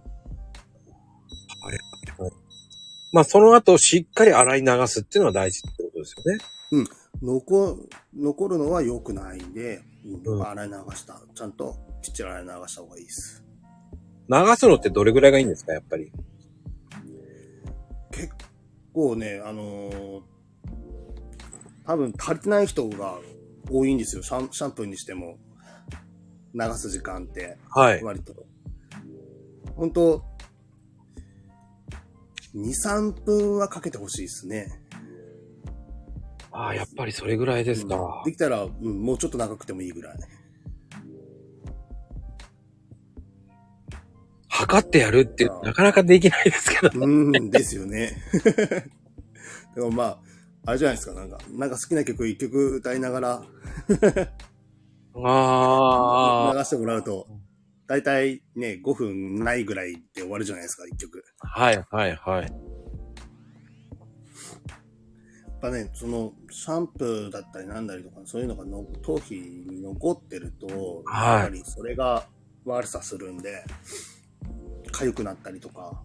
はい。まあ、その後、しっかり洗い流すっていうのは大事ってことですよね。 残るのは良くないんで、洗い流した。ちゃんときっちり洗い流した方がいいです。 流すのってどれぐらいがいいんですか、やっぱり。 結構ね、多分足りてない人が多いんですよ。シャンプーにしても、流す時間って。 はい。 割と。本当2、3分はかけてほしいですね。 やっぱりそれぐらいですか。 できたら、もうちょっと長くてもいいぐらい。 測ってやるってなかなかできないですけどね。ですよね。でもまあ、あれじゃないですか。なんか好きな曲一曲歌いながら流してもらうと、だいたいね、5分ないぐらいで終わるじゃないですか、一曲。 はい。やっぱね、その、シャンプーだったりなんだりとか、そういうのが頭皮に残ってると、やっぱりそれが悪さするんで、痒くなったりとか、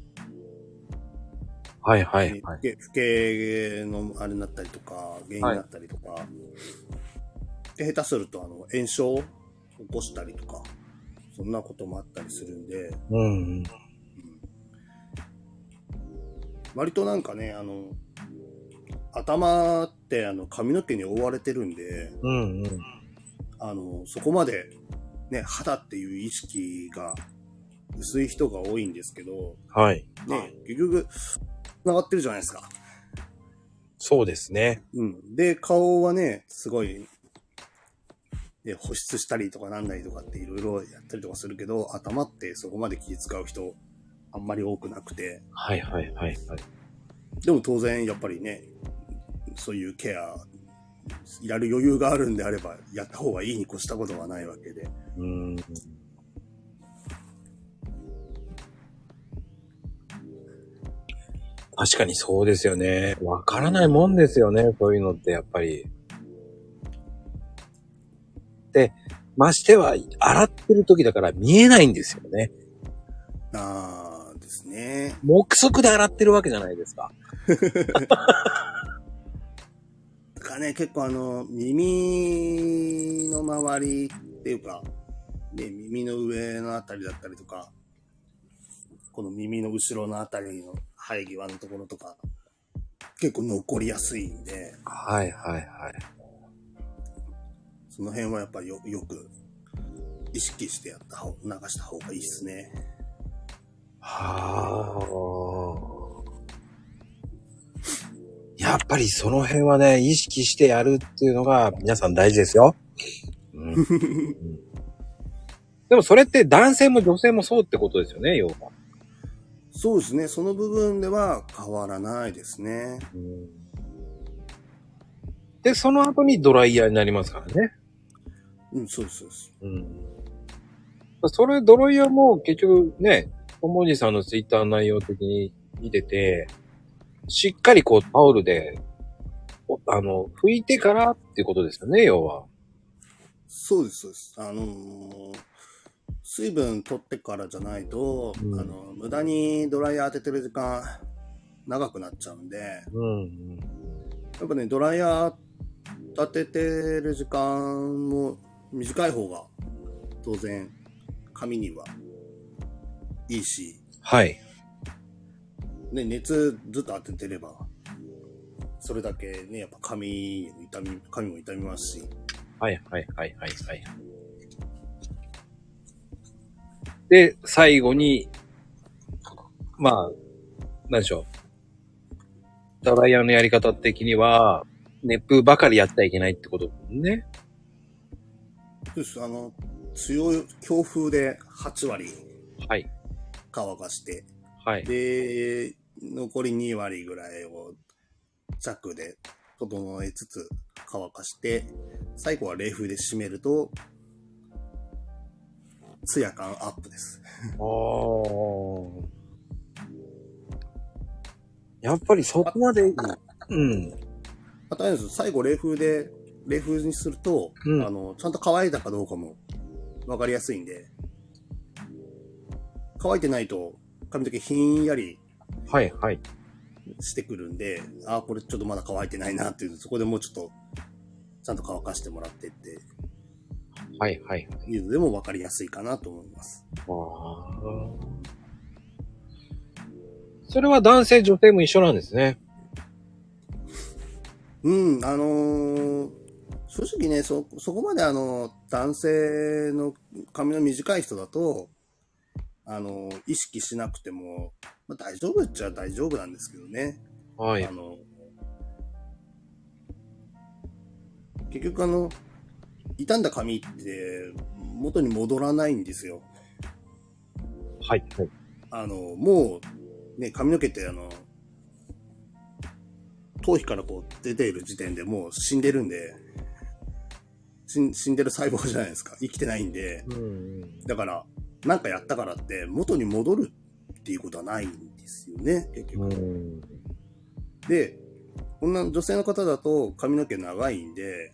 はい。 不景のあれになったりとか、原因になったりとか、で、下手すると炎症を起こしたりとか、そんなこともあったりするんで、 割となんかね、頭って髪の毛に覆われてるんで、 うんうん。 そこまでね、肌っていう意識が薄い人が多いんですけど、 はい。 ね、結局、繋がってるじゃないですか。 そうですね。 うん。で、顔はね、すごい、で、保湿したりとかなんだりとかっていろいろやったりとかするけど、頭ってそこまで気使う人、あんまり多くなくて。 はいはいはいはい。 でも当然、やっぱりね、そういうケア、やる余裕があるんであれば、やった方がいいに越したことはないわけで。 確かにそうですよね。わからないもんですよね、そういうのってやっぱり。で、ましては、洗ってる時だから見えないんですよね。 ですね。 目測で洗ってるわけじゃないですか。 ね、結構耳の周りっていうか、ね、耳の上のあたりだったりとか、この耳の後ろのあたりの生え際のところとか、結構残りやすいんで、 はいはいはい。 その辺はやっぱりよく意識して流した方がいいですね。 はあ。やっぱりその辺はね、意識してやるっていうのが皆さん大事ですよ。うんうん、でもそれって男性も女性もそうってことですよね、要は。 そうですね。その部分では変わらないですね。 で、その後にドライヤーになりますからね。 うん、そうです、そうです。 それ、ドライヤーも結局ね、ともじさんのツイッター内容的に見てて、しっかりこうタオルで、拭いてからっていうことですよね、要は。 そうです、そうです。水分取ってからじゃないと、無駄にドライヤー当ててる時間長くなっちゃうんで、やっぱね、ドライヤー当ててる時間も短い方が当然髪にはいいし、 はい。 ね、熱ずっと当ててれば、それだけね、やっぱ髪も痛みますし。 はいはいはいはいはい。で、最後に、まあ、何でしょう。ドライヤーのやり方的には、熱風ばかりやってはいけないってことですね。 そうです。強い強風で8割乾かして、 はい。 で、残り2割ぐらいを弱で整えつつ乾かして、最後は冷風で締めると、ツヤ感アップです。 やっぱりそこまで、 あとあれです、最後冷風にすると、ちゃんと乾いたかどうかもわかりやすいんで、乾いてないと髪の毛ひんやりしてくるんで、これちょっとまだ乾いてないなっていう、そこでもうちょっとちゃんと乾かしてもらってっていうのでもわかりやすいかなと思います。 それは男性女性も一緒なんですね。 正直ね、そこまで男性の髪の短い人だと、意識しなくても、大丈夫っちゃ大丈夫なんですけどね。 はい。 結局傷んだ髪って元に戻らないんですよ。 はい。 もう、ね、髪の毛って頭皮からこう出ている時点でもう死んでるんで、死んでる細胞じゃないですか。生きてないんで。だから、なんかやったからって元に戻るっていうことはないんですよね、結局。で、こんな女性の方だと髪の毛長いんで、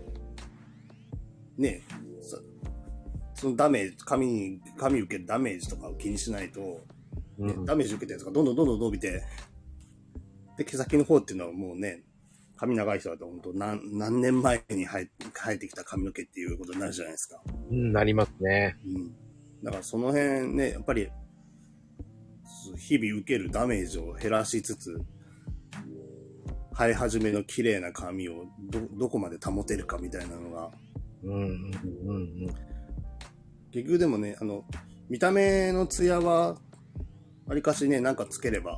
ね、そのダメージ、髪受けるダメージとかを気にしないと、ダメージ受けてるやつがどんどん伸びて、で、毛先の方っていうのはもうね、髪長い人だと本当何年前に生えてきた髪の毛っていうことになるじゃないですか。 なりますね。 だからその辺ね、やっぱり、 日々受けるダメージを減らしつつ、生え始めの綺麗な髪をどこまで保てるかみたいなのが、結局でもね、見た目のツヤは、わりかしね、なんかつければ、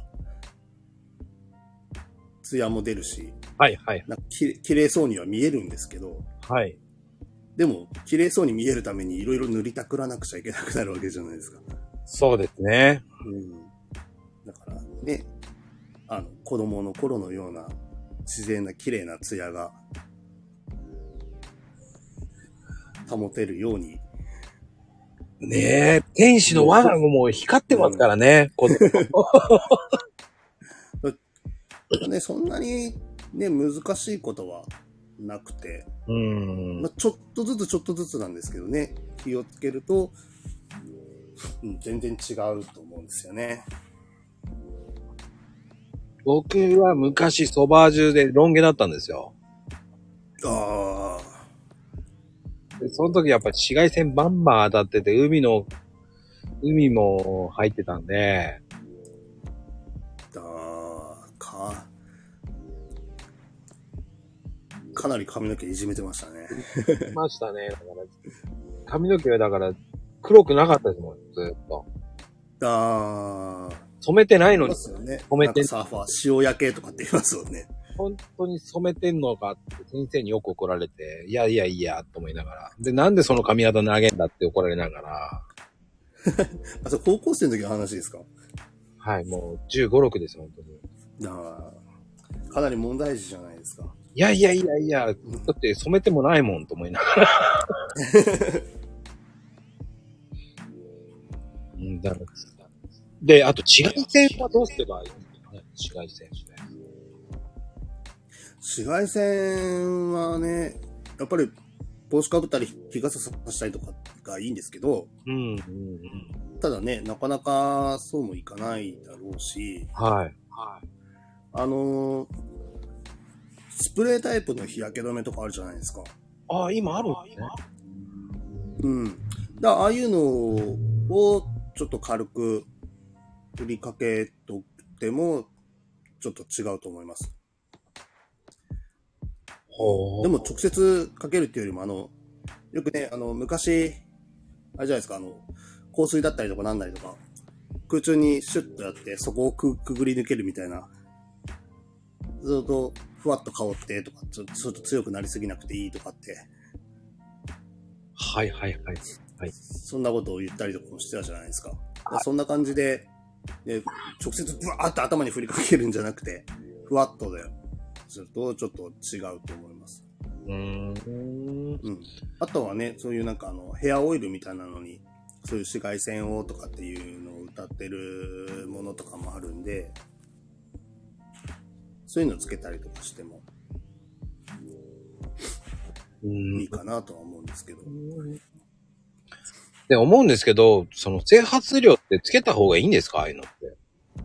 ツヤも出るし、 はいはい。 なんか綺麗そうには見えるんですけど、 はい。 でも、綺麗そうに見えるためにいろいろ塗りたくらなくちゃいけなくなるわけじゃないですか。 そうですね。 だからね、子供の頃のような自然な綺麗なツヤが保てるように。 ねえ、天使の輪がもう光ってますからね、子供。 ね、そんなにね、難しいことはなくて、ちょっとずつなんですけどね、気をつけると、全然違うと思うんですよね。 僕は昔ソバージュでロン毛だったんですよ。でその時やっぱり紫外線バンバン当たってて、海も入ってたんで。 かなり髪の毛いじめてましたね。 いましたね。だから髪の毛はだから黒くなかったですもん、ずっと。染めてないのに。 ね、 染めてサーファー、塩焼けとかって言いますよね。 本当に染めてんのかって先生によく怒られて、いやと思いながら。で、なんでその髪型投げんだって怒られながら。 それ高校生の時の話ですか？ はい、もう15、6です、本当に。 かなり問題児じゃないですか。 いや、だって染めてもないもんと思いながら。で、あと紫外線はどうすればいいんですかね？紫外線ですね。 紫外線はね、やっぱり帽子かぶったり日傘さしたりとかがいいんですけど、ただね、なかなかそうもいかないだろうし、スプレータイプの日焼け止めとかあるじゃないですか。 今あるんですね。 ああいうのをちょっと軽く振りかけとってもちょっと違うと思います。でも直接かけるっていうよりもよくね、昔、あれじゃないですか、香水だったりとかなんだりとか、空中にシュッとやって、そこをくぐり抜けるみたいな、ずっとふわっと香ってとか、ちょっと強くなりすぎなくていいとかって。 はい。 そんなことを言ったりとかもしてたじゃないですか。そんな感じで、直接ブワーって頭に振りかけるんじゃなくて、ふわっとでするとちょっと違うと思います。あとはね、そういうなんかヘアオイルみたいなのに、そういう紫外線をとかっていうのを歌ってるものとかもあるんで、そういうのつけたりとかしてもいいかなとは思うんですけど。 で、思うんですけど、その整髪料ってつけた方がいいんですか？ああいうのって。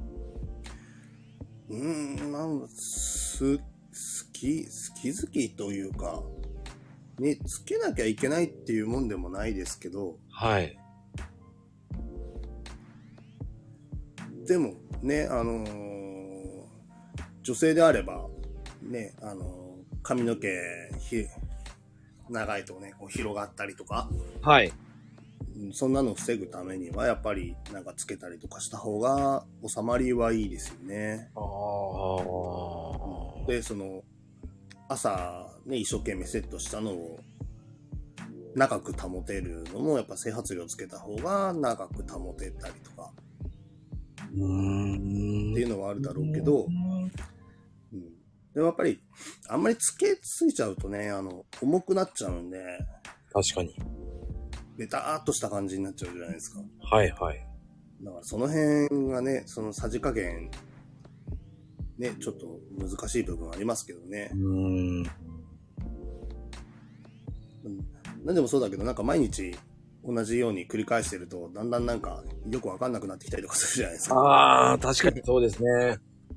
好きというか、ね、つけなきゃいけないっていうもんでもないですけど、でもね、女性であれば、ね、髪の毛、長いとね、こう広がったりとか、そんなのを防ぐためには、やっぱりなんかつけたりとかした方が、収まりはいいですよね。で、朝ね、一生懸命セットしたのを長く保てるのも、やっぱ整髪料つけた方が長く保てたりとか、っていうのはあるだろうけど、でもやっぱり、あんまりつけすぎちゃうとね、重くなっちゃうんで、 確かに。 ベターっとした感じになっちゃうじゃないですか。だからその辺がね、そのさじ加減、ね、ちょっと難しい部分はありますけどね。なんでもそうだけど、なんか毎日同じように繰り返してると、だんだんなんかよくわかんなくなってきたりとかするじゃないですか。 確かにそうですね。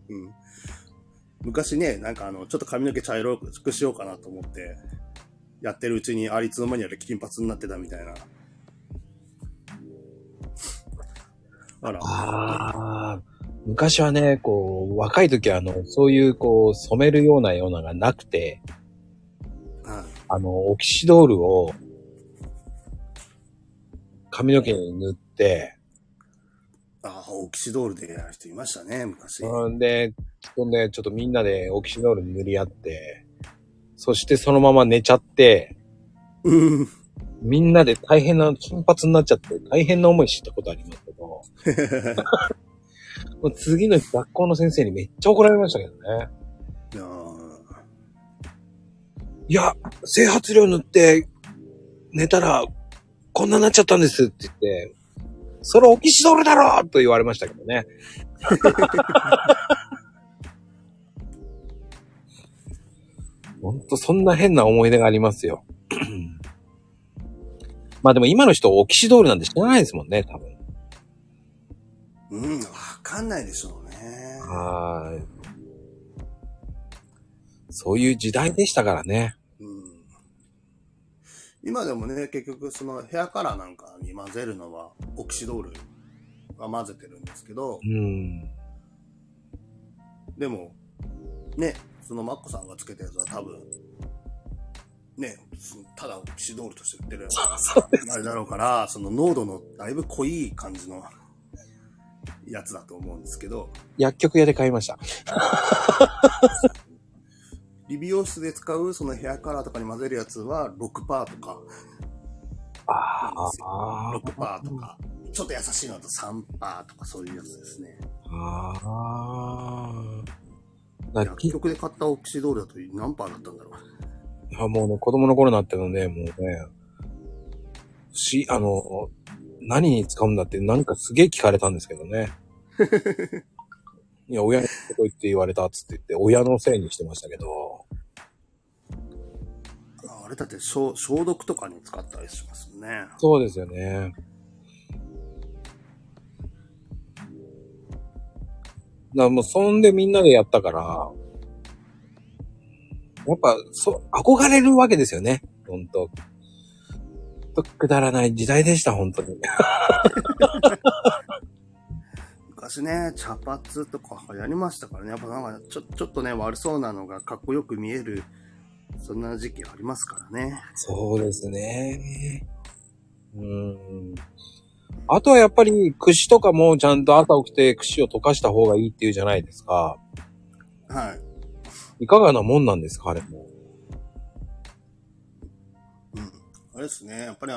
昔ね、なんかちょっと髪の毛茶色くしようかなと思って、やってるうちにいつの間にやら金髪になってたみたいな。 あら。 ああ、昔はね、こう、若い時はそういう、こう、染めるようながなくて、 はい。 オキシドールを髪の毛に塗って、 オキシドールでやる人いましたね、昔。 そんで、ちょっとみんなでオキシドール塗り合って、そしてそのまま寝ちゃって、 うん。 みんなで大変な、金髪になっちゃって、大変な思いしたことありますけど、もう次の日学校の先生にめっちゃ怒られましたけどね。いや、整髪料塗って寝たらこんなになっちゃったんですって言って、それオキシドールだろと言われましたけどね。ほんとそんな変な思い出がありますよ。まあでも今の人オキシドールなんて知らないですもんね、多分。 わかんないでしょうね。 はい。そういう時代でしたからね。 今でもね、結局そのヘアカラーなんかに混ぜるのはオキシドールは混ぜてるんですけど、でもね、そのマッコさんがつけたやつは多分ね、ただオキシドールとして売ってるあれだろうから、その濃度のだいぶ濃い感じのやつだと思うんですけど、 薬局屋で買いました。 理美容室で使うそのヘアカラーとかに混ぜるやつは 6% とかなんですよ。6% とか、ちょっと優しいのだと 3% とかそういうやつですね。薬局で買ったオキシドールだと何パーだったんだろう。 もうね、子供の頃になってのね、もうね、何に使うんだってなんかすげえ聞かれたんですけどね。いや、親にここ行って言われたっつって言って、親のせいにしてましたけど。 あれだって消毒とかに使ったりしますよね。 そうですよね。だからもうそんでみんなでやったから、やっぱ、憧れるわけですよね。ほんと。くだらない時代でした、ほんとに。 昔ね、茶髪とか流行りましたからね。やっぱなんかちょっとね、悪そうなのがかっこよく見える、そんな時期ありますからね。 そうですね。あとはやっぱり、櫛とかもちゃんと朝起きて櫛を溶かした方がいいっていうじゃないですか。 はい。 いかがなもんなんですか、あれも。 あれですね、やっぱり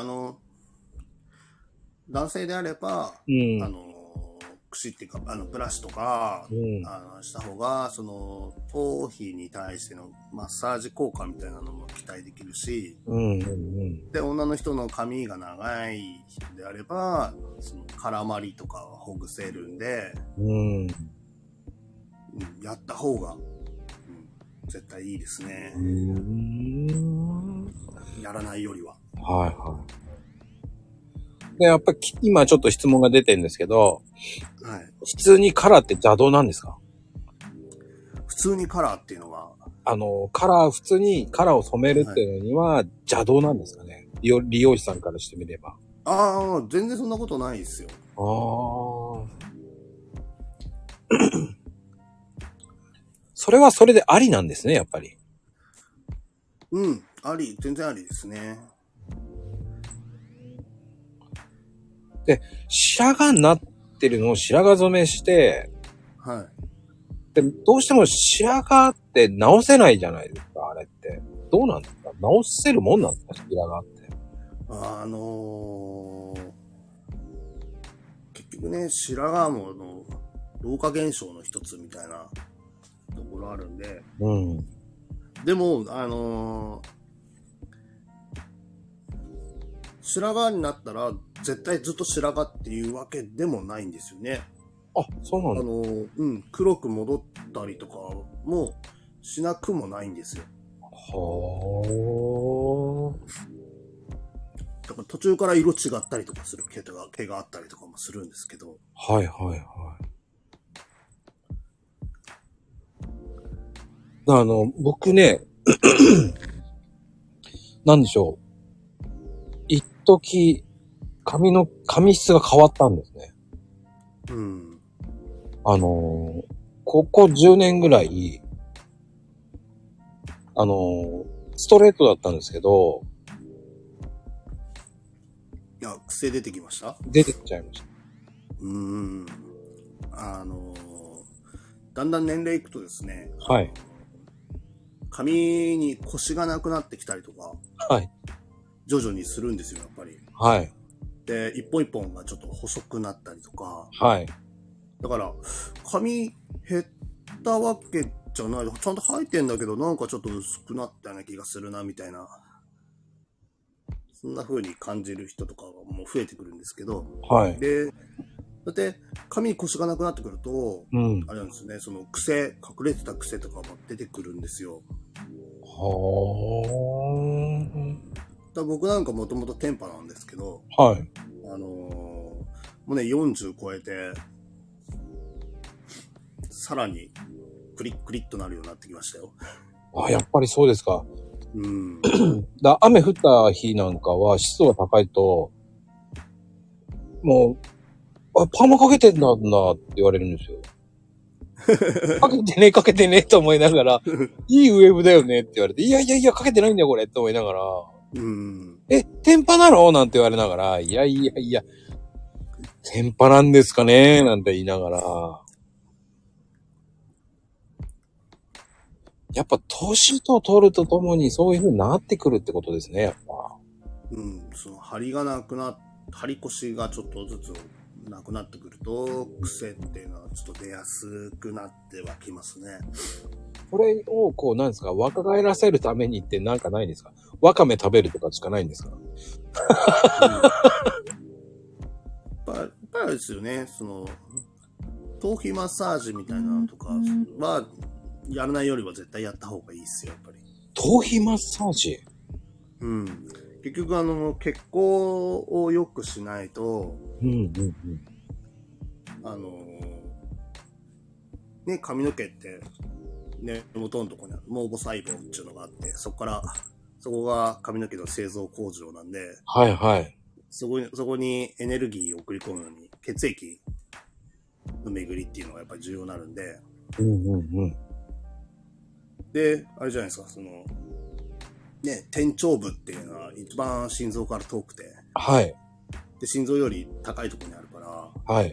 男性であれば、櫛っていうか、ブラシとか、した方が、その、頭皮に対してのマッサージ効果みたいなのも期待できるし、で、女の人の髪が長い人であれば、その、絡まりとかはほぐせるんで、やった方が、絶対いいですね。やらないよりは。 はいはい。で、やっぱり今ちょっと質問が出てるんですけど、 はい。 普通にカラーって邪道なんですか？ 普通にカラーっていうのは普通にカラーを染めるっていうのには邪道なんですかね？理容師さんからしてみれば。 全然そんなことないですよ。 それはそれでありなんですね、やっぱり。 全然ありですね。 で、白髪になってるのを白髪染めして、 はい。 で、どうしても白髪って直せないじゃないですか、あれって。どうなんですか？直せるもんなんですか、白髪って。 結局ね、白髪も老化現象の一つみたいなところあるんで、でも、白髪になったら絶対ずっと白髪っていうわけでもないんですよね。 あ、そうなんだ。 黒く戻ったりとかもしなくもないんですよ。だから途中から色違ったりとかする毛があったりとかもするんですけど。 はいはいはい。僕ね、なんでしょう。一時、髪質が変わったんですね。 うん。 ここ10年ぐらい、ストレートだったんですけど、 いや、癖出てきました？ 出てきちゃいました。 だんだん年齢いくとですね、 はい。 髪にコシがなくなってきたりとか、 はい。 徐々にするんですよ、やっぱり。 はい。 で、一本一本がちょっと細くなったりとか、 はい。 だから、髪減ったわけじゃない、ちゃんと生えてんだけど、なんかちょっと薄くなったような気がするな、みたいな。そんな風に感じる人とかがもう増えてくるんですけど、 はい。 で、だって髪にコシがなくなってくると、 うん。 あれなんですね、その癖、隠れてた癖とかも出てくるんですよ。 はだ僕なんかもともとテンパなんですけど、 あ。はい。 もうね、40超えて、さらにクリックリッとなるようになってきましたよ。 あ、やっぱりそうですか。 うん。 雨降った日なんかは湿度が高いと、もう、パーマかけてんだって言われるんですよ。かけてねと思いながら、いいウェーブだよねって言われて、いやいやいや、かけてないんだよこれって思いながら、 うん。 天パなのなんて言われながら、いやいやいや、天パなんですかねなんて言いながら、やっぱ年と取るとともにそういう風になってくるってことですね、やっぱ。 うん。その張りがなくな、張り腰がちょっとずつなくなってくると、癖っていうのはちょっと出やすくなってはきますね。 これをこう、なんですか、若返らせるためにってなんかないんですか？わかめ食べるとかしかないんですか？ やっぱりですよね、その、頭皮マッサージみたいなのとかは、やらないよりは絶対やった方がいいですよ、やっぱり。 頭皮マッサージ。 うん。結局血行を良くしないと、 うんうんうん。 ね、髪の毛って、ね、元のところにある毛母細胞っていうのがあって、そこが髪の毛の製造工場なんで、 はいはい。 そこにエネルギーを送り込むのに、血液の巡りっていうのがやっぱり重要になるんで、 うんうんうん。 で、あれじゃないですか、その、ね、天頂部っていうのは一番心臓から遠くて、 はい。 で、心臓より高いところにあるから、 はい。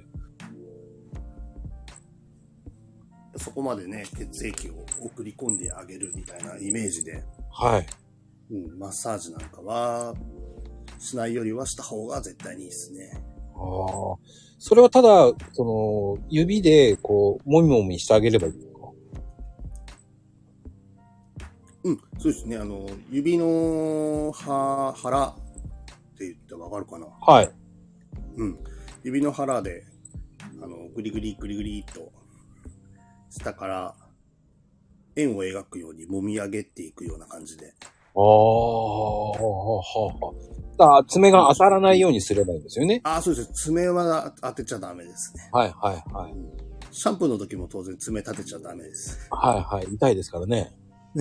そこまでね、血液を送り込んであげるみたいなイメージで、 はい。 うん、マッサージなんかは、しないよりはした方が絶対にいいですね。 ああ。それはただ、指で、こう、もみもみしてあげればいいですか？ うん、そうですね。指の腹って言ってわかるかな？ はい。 うん。指の腹で、グリグリグリグリと、下から円を描くように揉み上げていくような感じで。 ああ、爪が当たらないようにすればいいんですよね。 ああ、そうです。爪は当てちゃダメですね。 はいはいはい。 シャンプーの時も当然爪立てちゃダメです。 はいはい。痛いですからね。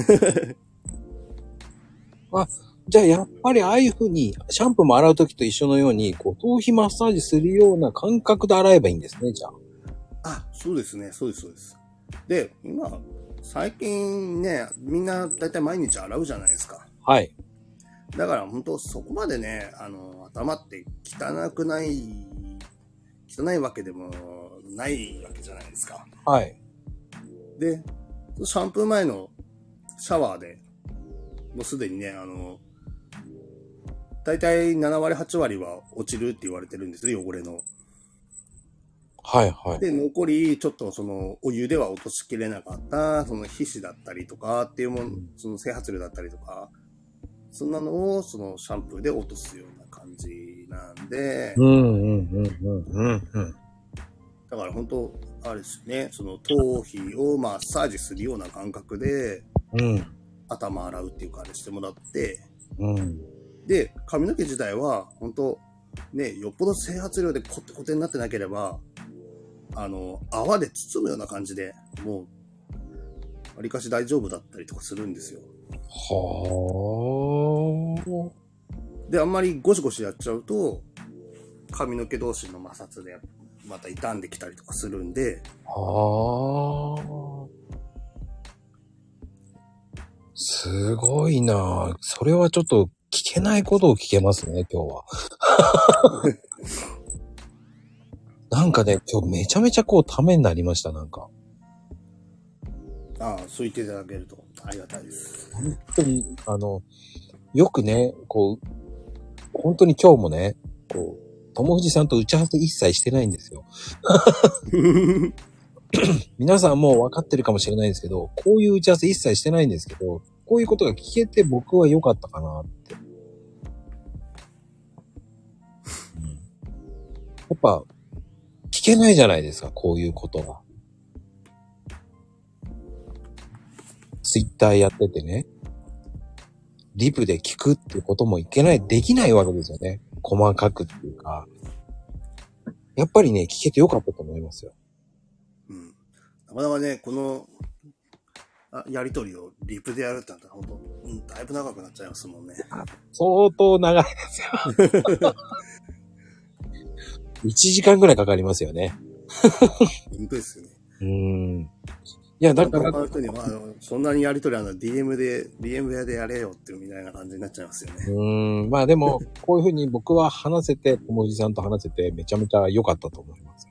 あ、じゃあやっぱりああいう風に、シャンプーも洗う時と一緒のように、こう、頭皮マッサージするような感覚で洗えばいいんですね、じゃあ。 あ、そうですね。そうです、そうです。で、最近ね、みんなだいたい毎日洗うじゃないですか。 はい。 だから本当そこまでね、頭って汚いわけでもないわけじゃないですか。 はい。 で、シャンプー前のシャワーで、もうすでにね、だいたい7割、8割は落ちるって言われてるんですよ、汚れの。 はいはい。 で、残り、ちょっとお湯では落としきれなかった、その皮脂だったりとかっていうもの、その整髪料だったりとか、そんなのを、シャンプーで落とすような感じなんで、だから本当、あれですね、頭皮をマッサージするような感覚で、頭洗うっていうかあれしてもらって、で、髪の毛自体は、本当ね、よっぽど整髪料でコテコテになってなければ、泡で包むような感じで、もう、わりかし大丈夫だったりとかするんですよ。 はあ。 で、あんまりゴシゴシやっちゃうと、髪の毛同士の摩擦でまた傷んできたりとかするんで。 はあ。すごいな。それはちょっと聞けないことを聞けますね、今日は。なんかね、今日めちゃめちゃこうためになりました、なんか。 ああ、そう言っていただけるとありがたいです。 本当に、よくね、こう、本当に今日もね、こう、友藤さんと打ち合わせ一切してないんですよ。皆さんもう分かってるかもしれないんですけど、こういう打ち合わせ一切してないんですけど、こういうことが聞けて僕は良かったかなって。やっぱ、聞けないじゃないですか、こういうことが。ツイッターやっててね、リプで聞くっていうこともできないわけですよね。細かくっていうか。やっぱりね、聞けてよかったと思いますよ。 うん。なかなかね、この、やりとりをリプでやるってなったら本当、だいぶ長くなっちゃいますもんね。 相当長いですよ。1時間ぐらいかかりますよね。 本当ですよね。 いや、だから。 他の人にそんなにやりとりDM でやれよっていうみたいな感じになっちゃいますよね。 まあでも、こういうふうに僕は話せて、友藤さんと話せてめちゃめちゃ良かったと思います。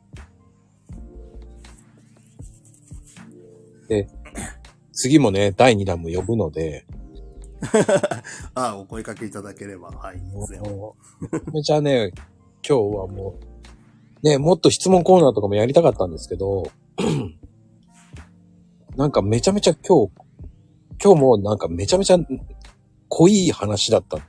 で、次もね、第2弾も呼ぶので。 お声かけいただければ、はい。 めちゃめちゃね、今日はもう、ね、もっと質問コーナーとかもやりたかったんですけど、なんかめちゃめちゃ今日もなんかめちゃめちゃ濃い話だったんで。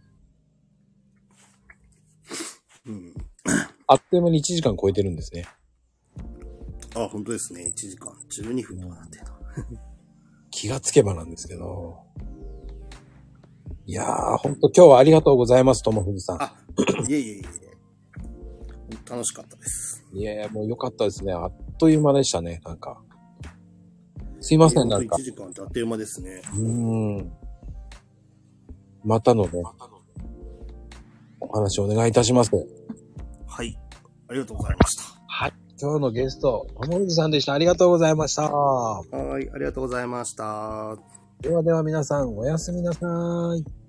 あっという間に1時間超えてるんですね。 本当ですね。1時間12分とかなってた。 気がつけばなんですけど。いやー、ほんと今日はありがとうございます、友藤さん。 いえ。楽しかったです。 いやもう良かったですね。あっという間でしたね、なんか。すいません、なんか。 1時間ってあっという間ですね。 またのね、お話お願いいたします。 はい。ありがとうございました。 はい。今日のゲスト、友藤さんでした。ありがとうございました。 はい、ありがとうございました。 ではでは皆さん、おやすみなさい。